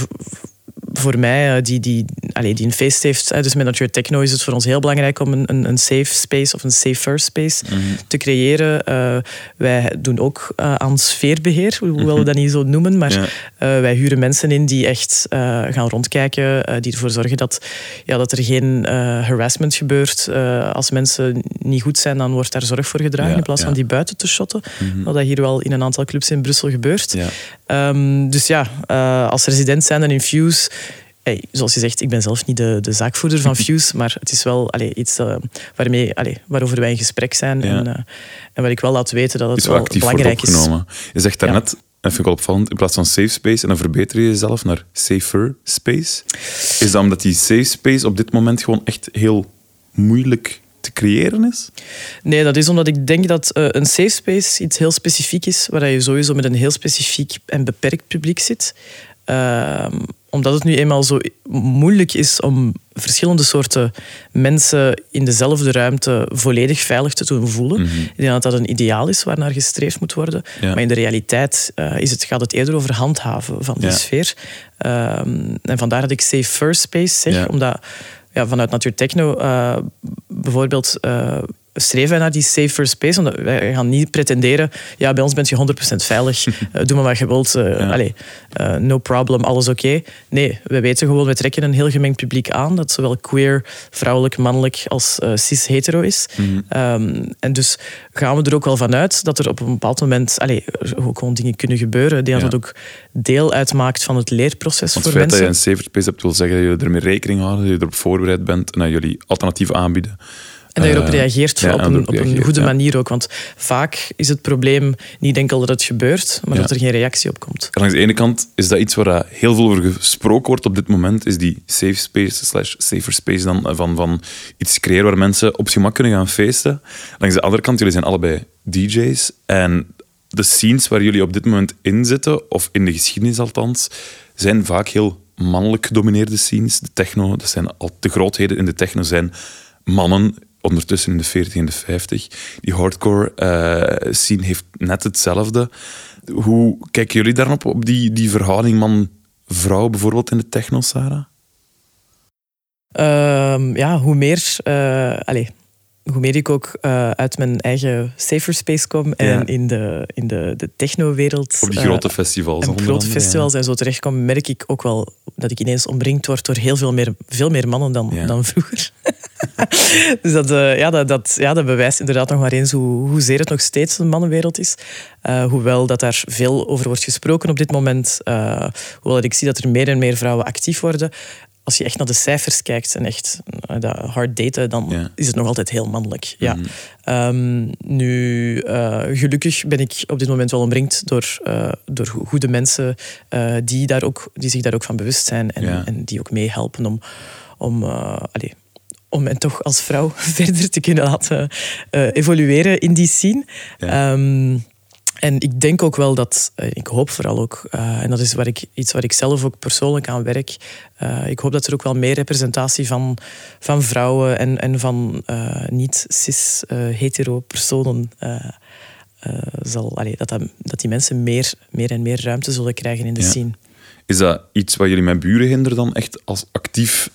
Voor mij, die, die, allez, die een feest heeft, dus met Natural Techno is het voor ons heel belangrijk om een, een, een safe space of een safer space mm-hmm. te creëren. Uh, wij doen ook uh, aan sfeerbeheer, hoewel mm-hmm. we dat niet zo noemen, maar ja. uh, wij huren mensen in die echt uh, gaan rondkijken, uh, die ervoor zorgen dat, ja, dat er geen uh, harassment gebeurt. Uh, als mensen niet goed zijn, dan wordt daar zorg voor gedragen ja, in plaats ja. van die buiten te shotten, mm-hmm. wat dat hier wel in een aantal clubs in Brussel gebeurt. Ja. Um, dus ja, uh, als resident zijn en in Fuse... Hey, zoals je zegt, ik ben zelf niet de, de zaakvoerder van Fuse, maar het is wel allee, iets uh, waarmee, allee, waarover wij in gesprek zijn. Ja. En, uh, en waar ik wel laat weten dat het wel belangrijk is. Je zegt daarnet, ja. dat vind ik wel opvallend, in plaats van safe space, en dan verbeter je jezelf naar safer space. Is dat omdat die safe space op dit moment gewoon echt heel moeilijk te creëren is? Nee, dat is omdat ik denk dat uh, een safe space iets heel specifiek is, waar je sowieso met een heel specifiek en beperkt publiek zit. Uh, omdat het nu eenmaal zo moeilijk is om verschillende soorten mensen in dezelfde ruimte volledig veilig te doen voelen. Mm-hmm. Ik denk dat dat een ideaal is waarnaar gestreefd moet worden. Ja. Maar in de realiteit uh, is het, gaat het eerder over handhaven van die ja. sfeer. Uh, en vandaar dat ik safe first space zeg. Ja. Omdat ja, vanuit Natuur Techno uh, bijvoorbeeld... Uh, streven wij naar die safer space. Want wij gaan niet pretenderen, ja, bij ons bent je honderd procent veilig. Uh, doe maar wat je wilt. Uh, ja. Allez, uh, no problem, alles oké. Okay. Nee, we weten gewoon, we trekken een heel gemengd publiek aan. Dat zowel queer, vrouwelijk, mannelijk als uh, cis-hetero is. Mm-hmm. Um, en dus gaan we er ook wel vanuit dat er op een bepaald moment allez, ook gewoon dingen kunnen gebeuren. Die ja. dat ook deel uitmaakt van het leerproces Want voor mensen. Het feit mensen. dat je een safer space hebt, wil zeggen dat jullie ermee rekening houden, dat je erop voorbereid bent en dat jullie alternatieven aanbieden. En dat je erop reageert ja, op, een, op reageert, een goede ja. manier ook. Want vaak is het probleem niet enkel dat het gebeurt, maar ja. dat er geen reactie op komt. En langs de ene kant is dat iets waar heel veel over gesproken wordt op dit moment, is die safe space slash safer space dan, van, van iets creëren waar mensen op gemak kunnen gaan feesten. Langs de andere kant, jullie zijn allebei D J's en de scenes waar jullie op dit moment in zitten, of in de geschiedenis althans, zijn vaak heel mannelijk gedomineerde scenes. De techno, dat zijn al de grootheden in de techno zijn mannen, ondertussen in de veertig en de vijftig. Die hardcore uh, scene heeft net hetzelfde. Hoe kijken jullie daarop, op die, die verhouding man-vrouw bijvoorbeeld in de techno, Sarah? Uh, ja, hoe meer... Uh, allez, hoe meer ik ook uh, uit mijn eigen safer space kom en ja. in de, in de, de techno-wereld... Op die grote festivals. En grote andere, festivals ja. en zo terechtkom, merk ik ook wel dat ik ineens omringd word door heel veel meer, veel meer mannen dan, ja. dan vroeger. Dus dat, uh, ja, dat, dat, ja, dat bewijst inderdaad nog maar eens hoe, hoezeer het nog steeds een mannenwereld is. Uh, hoewel dat daar veel over wordt gesproken op dit moment. Uh, hoewel ik zie dat er meer en meer vrouwen actief worden. Als je echt naar de cijfers kijkt en echt uh, dat hard daten, dan ja. is het nog altijd heel mannelijk. Mm-hmm. Ja. Um, nu, uh, gelukkig ben ik op dit moment wel omringd door, uh, door goede mensen uh, die, daar ook, die zich daar ook van bewust zijn en, ja. en die ook meehelpen om... om uh, allez, om hen toch als vrouw verder te kunnen laten uh, evolueren in die scene. Ja. Um, en ik denk ook wel dat, uh, ik hoop vooral ook, uh, en dat is waar ik, iets waar ik zelf ook persoonlijk aan werk, uh, ik hoop dat er ook wel meer representatie van, van vrouwen en, en van uh, niet-cis-hetero uh, personen uh, uh, zal, allee, dat, dat, dat die mensen meer, meer en meer ruimte zullen krijgen in de ja. scene. Is dat iets wat jullie met Burenhinder dan echt als actief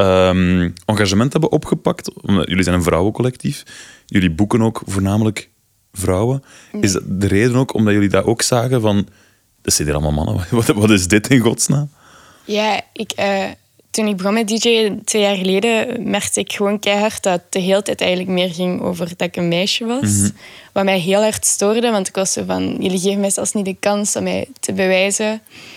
Um, engagement hebben opgepakt? Omdat jullie zijn een vrouwencollectief. Jullie boeken ook voornamelijk vrouwen. Nee. Is dat de reden ook omdat jullie dat ook zagen van... Dat zijn hier allemaal mannen. Wat, wat is dit in godsnaam? Ja, ik, uh, toen ik begon met D J twee jaar geleden merkte ik gewoon keihard dat het de hele tijd eigenlijk meer ging over dat ik een meisje was. Mm-hmm. Wat mij heel hard stoorde, want ik was zo van... Jullie geven mij zelfs niet de kans om mij te bewijzen.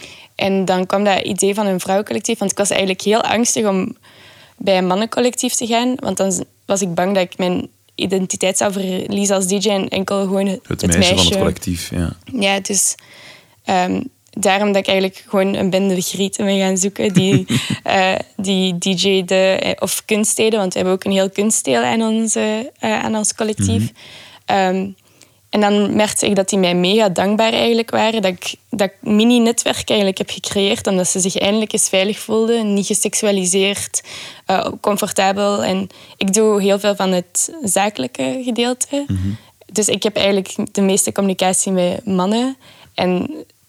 En dan kwam dat idee van een vrouwencollectief. Want ik was eigenlijk heel angstig om bij een mannencollectief te gaan. Want dan was ik bang dat ik mijn identiteit zou verliezen als D J en enkel gewoon het, het, het meisje, meisje van het collectief. Ja, ja dus um, daarom dat ik eigenlijk gewoon een bende grieten ben gaan zoeken. Die, uh, die D J'de of kunststeden. Want we hebben ook een heel kunstdeel aan, onze, uh, aan ons collectief. Mm-hmm. Um, En dan merkte ik dat die mij mega dankbaar eigenlijk waren. Dat ik dat mini-netwerk eigenlijk heb gecreëerd. Omdat ze zich eindelijk eens veilig voelden. Niet geseksualiseerd. Uh, comfortabel. En ik doe heel veel van het zakelijke gedeelte. Mm-hmm. Dus ik heb eigenlijk de meeste communicatie met mannen. En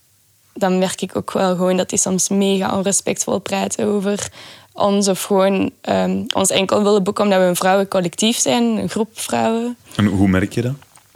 dan merk ik ook wel gewoon dat die soms mega onrespectvol praten over ons. Of gewoon um, ons enkel willen boeken omdat we een vrouwencollectief zijn. Een groep vrouwen. En hoe merk je dat?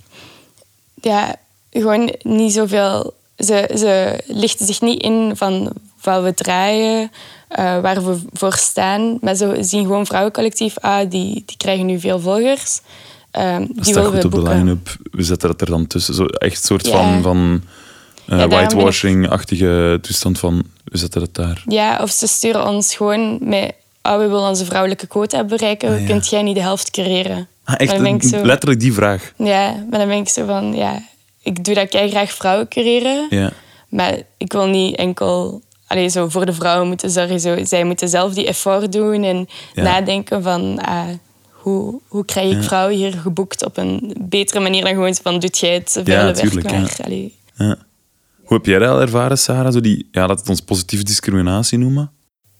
Ja, gewoon niet zoveel... Ze, ze lichten zich niet in van wat we draaien, uh, waar we voor staan. Maar ze zien gewoon vrouwencollectief, ah, die, die krijgen nu veel volgers. Uh, dat die staat goed we op boeken. de line-up. We zetten dat er dan tussen. Zo echt een soort ja. van, van uh, ja, whitewashing-achtige toestand van... We zetten het daar. Ja, of ze sturen ons gewoon met... Ah, we willen onze vrouwelijke quota bereiken. Ah, ja. Kunt jij niet de helft creëren? Ah, echt, zo, letterlijk die vraag. Ja, maar dan ben ik zo van... Ja, ik doe dat kei graag vrouwen creëren. Ja. Maar ik wil niet enkel... Allee, zo voor de vrouwen moeten zorgen. Zo, zij moeten zelf die effort doen. En ja. nadenken van... Ah, hoe, hoe krijg ik ja. vrouwen hier geboekt op een betere manier dan gewoon van... Doet jij het vuile ja, werk maar. Ja. Ja. Hoe heb jij dat al ervaren, Sarah? Zo die, ja, laat het ons positieve discriminatie noemen.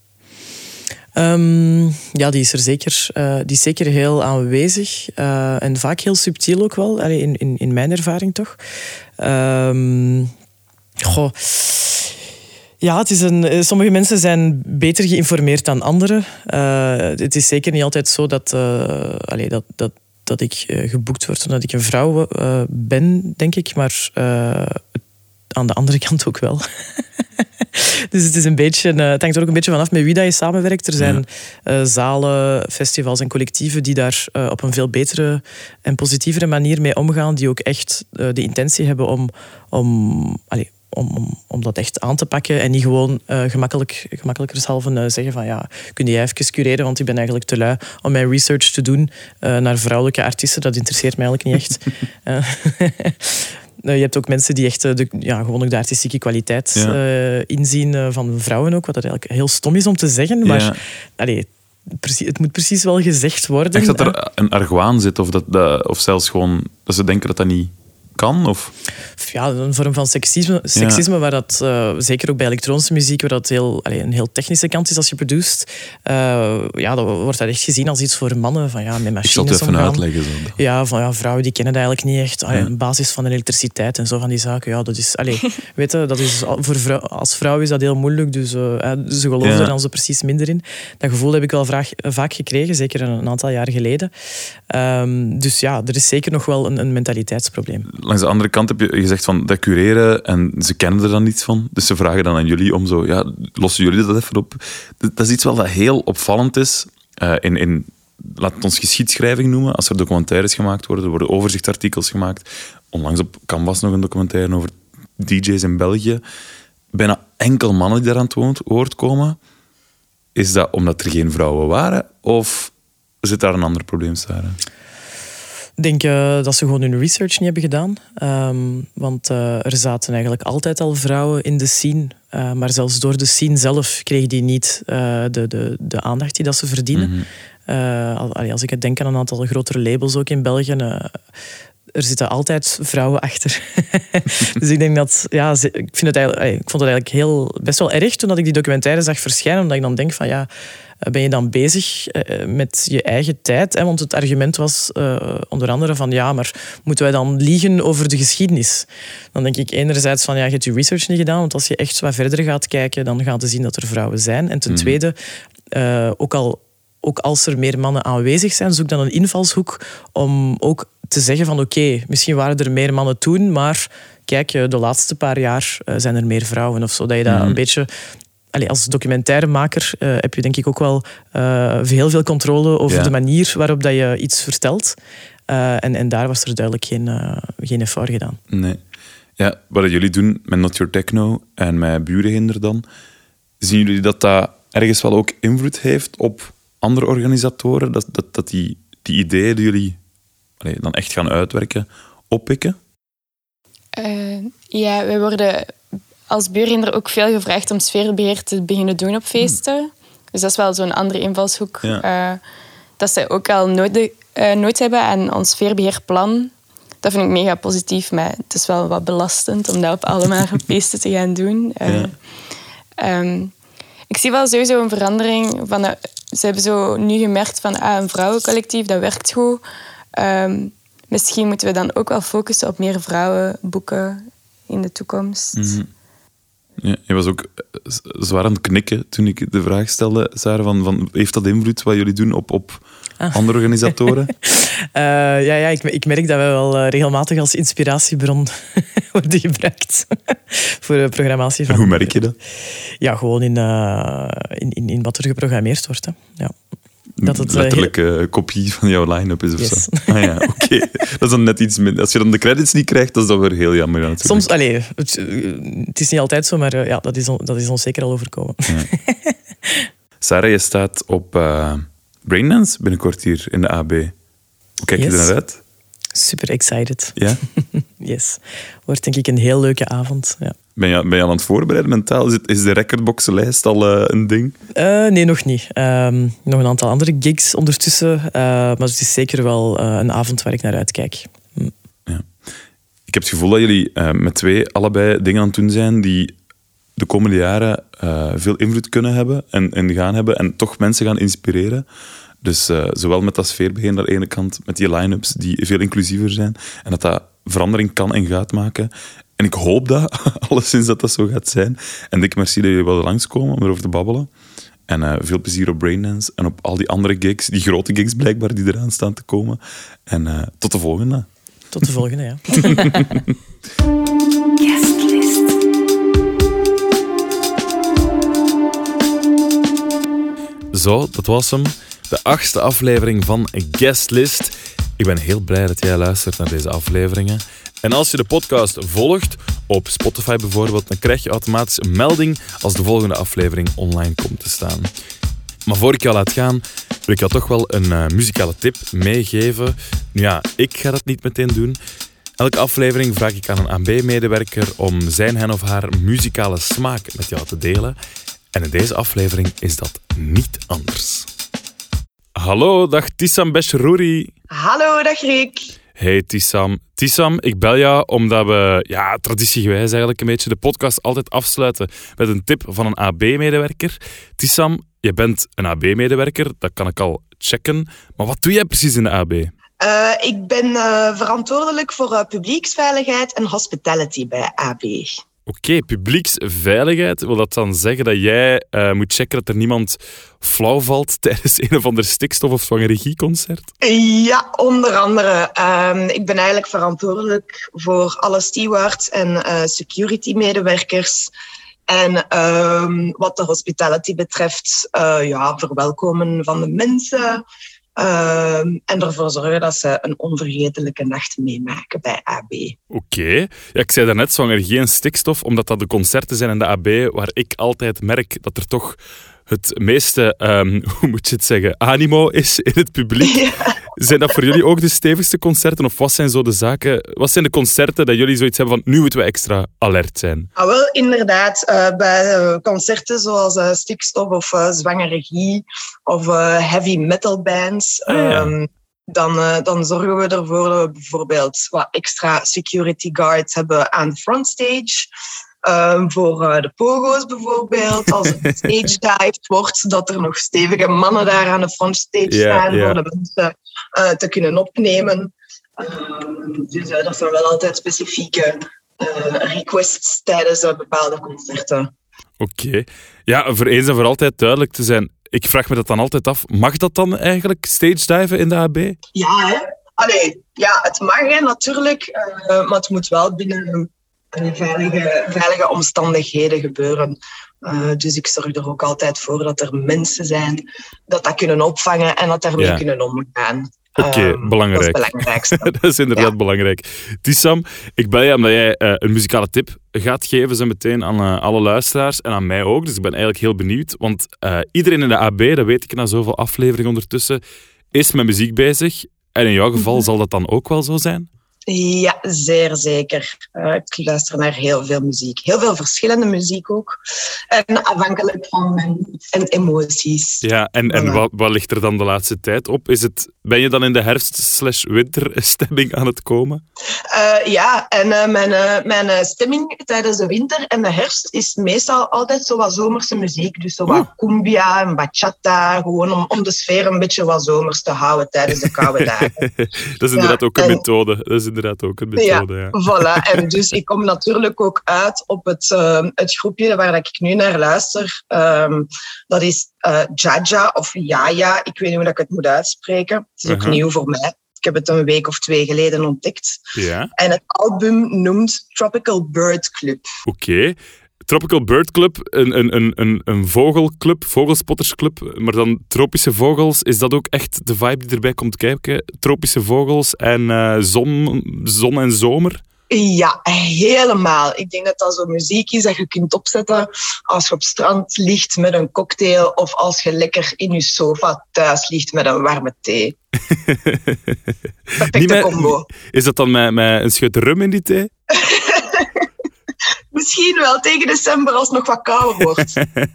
Um, ja, die is er zeker, uh, die is zeker heel aanwezig. Uh, en vaak heel subtiel ook wel, allee, in, in, in mijn ervaring toch. Um, goh... Ja, het is een, sommige mensen zijn beter geïnformeerd dan anderen. Uh, het is zeker niet altijd zo dat, uh, allez, dat, dat, dat ik uh, geboekt word omdat ik een vrouw uh, ben, denk ik. Maar uh, aan de andere kant ook wel. Dus het is een beetje, uh, het hangt er ook een beetje vanaf met wie dat je samenwerkt. Er zijn uh, zalen, festivals en collectieven die daar uh, op een veel betere en positievere manier mee omgaan. Die ook echt uh, de intentie hebben om... om allez, Om, om, om dat echt aan te pakken en niet gewoon uh, gemakkelijk, gemakkelijkershalve uh, zeggen van ja, kun jij even cureren, want ik ben eigenlijk te lui om mijn research te doen uh, naar vrouwelijke artiesten. Dat interesseert mij eigenlijk niet echt. uh, je hebt ook mensen die echt uh, de, ja, gewoon ook de artistieke kwaliteit ja. uh, inzien uh, van vrouwen ook, wat dat eigenlijk heel stom is om te zeggen, maar ja. allee, precies, het moet precies wel gezegd worden. Echt dat er een argwaan zit of, dat, dat, of zelfs gewoon dat ze denken dat dat niet kan? Of? Ja, een vorm van seksisme, seksisme ja. waar dat, uh, zeker ook bij elektronische muziek, waar dat heel, allez, een heel technische kant is als je produceert. Uh, ja, dat wordt dat echt gezien als iets voor mannen, van ja, met machines omgaan. Ik zal het even uitleggen. Zo. Ja, van ja, vrouwen die kennen dat eigenlijk niet echt. Allee, ja. Een basis van de elektriciteit en zo van die zaken. Ja, dat is, allez, weet je, dat is, voor vrouw, als vrouw is dat heel moeilijk, dus uh, ze geloven ja. er dan zo precies minder in. Dat gevoel heb ik wel vraag, vaak gekregen, zeker een, een aantal jaar geleden. Um, dus ja, er is zeker nog wel een, een mentaliteitsprobleem. Langs de andere kant heb je gezegd van dat cureren en ze kennen er dan niets van. Dus ze vragen dan aan jullie om zo, ja, lossen jullie dat even op? Dat is iets wel dat heel opvallend is uh, in, in laat het ons geschiedschrijving noemen. Als er documentaires gemaakt worden, er worden overzichtsartikels gemaakt. Onlangs op Canvas nog een documentaire over D J's in België. Bijna enkel mannen die daar aan het woord komen. Is dat omdat er geen vrouwen waren? Of zit daar een ander probleem, Sarah? Ik denk uh, dat ze gewoon hun research niet hebben gedaan. Um, want uh, er zaten eigenlijk altijd al vrouwen in de scene. Uh, maar zelfs door de scene zelf kregen die niet uh, de, de, de aandacht die dat ze verdienen. Mm-hmm. Uh, als ik denk aan een aantal grotere labels ook in België... Uh, er zitten altijd vrouwen achter. Dus ik denk dat... Ja, ik, vind het eigenlijk, ik vond het eigenlijk heel, best wel erg toen ik die documentaire zag verschijnen. Omdat ik dan denk van ja... Ben je dan bezig met je eigen tijd? Hè? Want het argument was uh, onder andere van ja, maar moeten wij dan liegen over de geschiedenis? Dan denk ik enerzijds van ja, je hebt je research niet gedaan, want als je echt wat verder gaat kijken, dan gaat je zien dat er vrouwen zijn. En ten mm. tweede, uh, ook, al, ook als er meer mannen aanwezig zijn, zoek dan een invalshoek om ook te zeggen van oké, okay, misschien waren er meer mannen toen, maar kijk, de laatste paar jaar uh, zijn er meer vrouwen of zo. Dat je dat mm. een beetje... Allee, als documentairemaker uh, heb je denk ik ook wel uh, heel veel controle over ja. de manier waarop dat je iets vertelt. Uh, en, en daar was er duidelijk geen, uh, geen effort gedaan. Nee. Ja, wat jullie doen met Not Your Techno en met Burenhinder dan, zien jullie dat dat ergens wel ook invloed heeft op andere organisatoren? Dat, dat, dat die, die ideeën die jullie allee, dan echt gaan uitwerken, oppikken? Uh, ja, wij worden... als Burenhinder ook veel gevraagd om sfeerbeheer te beginnen doen op feesten. Hmm. Dus dat is wel zo'n andere invalshoek. Ja. Uh, dat zij ook al nooit, de, uh, nooit hebben aan ons sfeerbeheerplan. Dat vind ik mega positief, maar het is wel wat belastend om dat op allemaal feesten te gaan doen. Uh, ja. um, ik zie wel sowieso een verandering. Van, uh, ze hebben zo nu gemerkt van ah, een vrouwencollectief, dat werkt goed. Um, misschien moeten we dan ook wel focussen op meer vrouwenboeken in de toekomst. Mm-hmm. Ja, je was ook zwaar aan het knikken toen ik de vraag stelde, Sarah, van, van heeft dat invloed wat jullie doen op, op ah. andere organisatoren? uh, ja, ja ik, ik merk dat wij wel uh, regelmatig als inspiratiebron worden gebruikt voor de programmatie. Van, hoe merk je dat? Ja, gewoon in, uh, in, in, in wat er geprogrammeerd wordt. Hè. Ja. Dat het letterlijke uh, heel... kopie van jouw line-up is of yes. zo. Ah ja, oké. Okay. Dat is dan net iets minder. Als je dan de credits niet krijgt, dat is dan weer heel jammer. Natuurlijk. Soms, allee, het, het is niet altijd zo, maar uh, ja, dat, is on, dat is ons zeker al overkomen. Ja. Sarah, je staat op uh, Braindance binnenkort hier in de A B. Hoe kijk yes. je er naar uit? Super excited. Ja? Yes. Wordt denk ik een heel leuke avond. Ja. Ben je, ben je aan het voorbereiden mentaal? Is, het, is de recordboxenlijst al uh, een ding? Uh, nee, nog niet. Um, nog een aantal andere gigs ondertussen. Uh, maar het is zeker wel uh, een avond waar ik naar uitkijk. Hm. Ja. Ik heb het gevoel dat jullie uh, met twee allebei dingen aan het doen zijn die de komende jaren uh, veel invloed kunnen hebben en, en gaan hebben en toch mensen gaan inspireren. Dus uh, zowel met dat sfeerbeheer aan de ene kant, met die line-ups die veel inclusiever zijn en dat dat verandering kan en gaat maken. En ik hoop dat, alleszins dat dat zo gaat zijn. En dikke merci dat jullie wel langskomen om erover te babbelen. En uh, veel plezier op Braindance en op al die andere gigs, die grote gigs blijkbaar die eraan staan te komen. En uh, tot de volgende. Tot de volgende, ja. Zo, dat was hem. De achtste aflevering van Guestlist. Ik ben heel blij dat jij luistert naar deze afleveringen. En als je de podcast volgt, op Spotify bijvoorbeeld, dan krijg je automatisch een melding als de volgende aflevering online komt te staan. Maar voor ik jou laat gaan, wil ik jou toch wel een uh, muzikale tip meegeven. Nu ja, ik ga dat niet meteen doen. Elke aflevering vraag ik aan een A B-medewerker om zijn, hen of haar muzikale smaak met jou te delen. En in deze aflevering is dat niet anders. Hallo, dag Tissam Beshrouri. Hallo, dag Rick. Hey Tissam. Tissam, ik bel jou omdat we, ja, traditiegewijs eigenlijk een beetje de podcast altijd afsluiten met een tip van een A B-medewerker. Tissam, je bent een A B-medewerker, dat kan ik al checken. Maar wat doe jij precies in de A B? Uh, ik ben uh, verantwoordelijk voor uh, publieksveiligheid en hospitality bij A B. Oké, okay, publieksveiligheid. Wil dat dan zeggen dat jij uh, moet checken dat er niemand flauw valt tijdens een of ander stikstof- of zwangerieconcert? Ja, onder andere. Um, ik ben eigenlijk verantwoordelijk voor alle stewards en uh, security-medewerkers. En um, wat de hospitality betreft, uh, ja, verwelkomen van de mensen, Uh, en ervoor zorgen dat ze een onvergetelijke nacht meemaken bij A B. Oké. Okay. Ja, ik zei daarnet, zwanger geen stikstof, omdat dat de concerten zijn in de A B, waar ik altijd merk dat er toch het meeste, um, hoe moet je het zeggen, animo is in het publiek. Ja. Zijn dat voor jullie ook de stevigste concerten? Of wat zijn zo de zaken, wat zijn de concerten dat jullie zoiets hebben van, nu moeten we extra alert zijn? Ah, wel, inderdaad. Uh, bij uh, concerten zoals uh, Stikstof of uh, Zwangere Guy of uh, heavy metal bands... Ah, ja. um, Dan, uh, dan zorgen we ervoor dat we bijvoorbeeld wat extra security guards hebben aan de frontstage. Um, voor uh, de pogo's bijvoorbeeld. Als het stage dived wordt, dat er nog stevige mannen daar aan de frontstage yeah, staan yeah. voor de mensen uh, te kunnen opnemen. Um, dus uh, dat zijn wel altijd specifieke uh, requests tijdens uh, bepaalde concerten. Oké. Okay. Ja, voor eens en voor altijd duidelijk te zijn. Ik vraag me dat dan altijd af. Mag dat dan eigenlijk, stage diven in de A B? Ja, hè? Allee, ja, het mag hè, natuurlijk. Uh, maar het moet wel binnen uh, veilige, veilige omstandigheden gebeuren. Uh, dus ik zorg er ook altijd voor dat er mensen zijn dat dat kunnen opvangen en dat daarmee ja. kunnen omgaan. Oké, okay, um, belangrijk. Dat is het belangrijkste. Dat is inderdaad ja. belangrijk. Tissam, ik bel je omdat jij uh, een muzikale tip gaat geven zo meteen aan uh, alle luisteraars en aan mij ook. Dus ik ben eigenlijk heel benieuwd. Want uh, iedereen in de A B, dat weet ik na zoveel afleveringen ondertussen, is met muziek bezig. En in jouw geval zal dat dan ook wel zo zijn? Ja, zeer zeker. Uh, ik luister naar heel veel muziek. Heel veel verschillende muziek ook. En afhankelijk van mijn en emoties. Ja, en, en wat, wat ligt er dan de laatste tijd op? Is het, ben je dan in de herfst-slash-winterstemming aan het komen? Uh, ja, en uh, mijn, uh, mijn uh, stemming tijdens de winter en de herfst is meestal altijd zo wat zomerse muziek. Dus zo wat oh. cumbia en bachata. Gewoon om, om de sfeer een beetje wat zomers te houden tijdens de koude dagen. Dat is inderdaad ja, ook een en, methode. Dat is inderdaad ook een methode, ja. ja. Voilà. En dus ik kom natuurlijk ook uit op het, uh, het groepje waar ik nu naar luister. Um, dat is uh, Jaja of Jaja. Ik weet niet hoe ik het moet uitspreken. Het is ook uh-huh. nieuw voor mij. Ik heb het een week of twee geleden ontdekt. Ja. En het album noemt Tropical Bird Club. Oké. Okay. Tropical Bird Club, een, een, een, een, een vogelclub, vogelspottersclub, maar dan tropische vogels. Is dat ook echt de vibe die erbij komt kijken? Tropische vogels en uh, zon, zon en zomer? Ja, helemaal. Ik denk dat dat zo muziek is dat je kunt opzetten als je op strand ligt met een cocktail of als je lekker in je sofa thuis ligt met een warme thee. Perfecte met, combo. Is dat dan met, met een scheut rum in die thee? Misschien wel tegen december als het nog wat kouder wordt.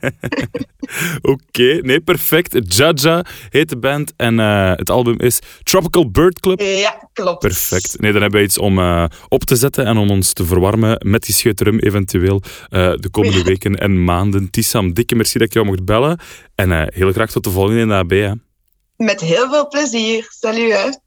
Oké, okay, nee, perfect. Jaja heet de band en uh, het album is Tropical Bird Club. Ja, klopt. Perfect. Nee, dan hebben we iets om uh, op te zetten en om ons te verwarmen met die scheut rum eventueel uh, de komende weken en maanden. Tissam, dikke merci dat ik jou mocht bellen en uh, heel graag tot de volgende in de A B. Hè. Met heel veel plezier. Salut, hè.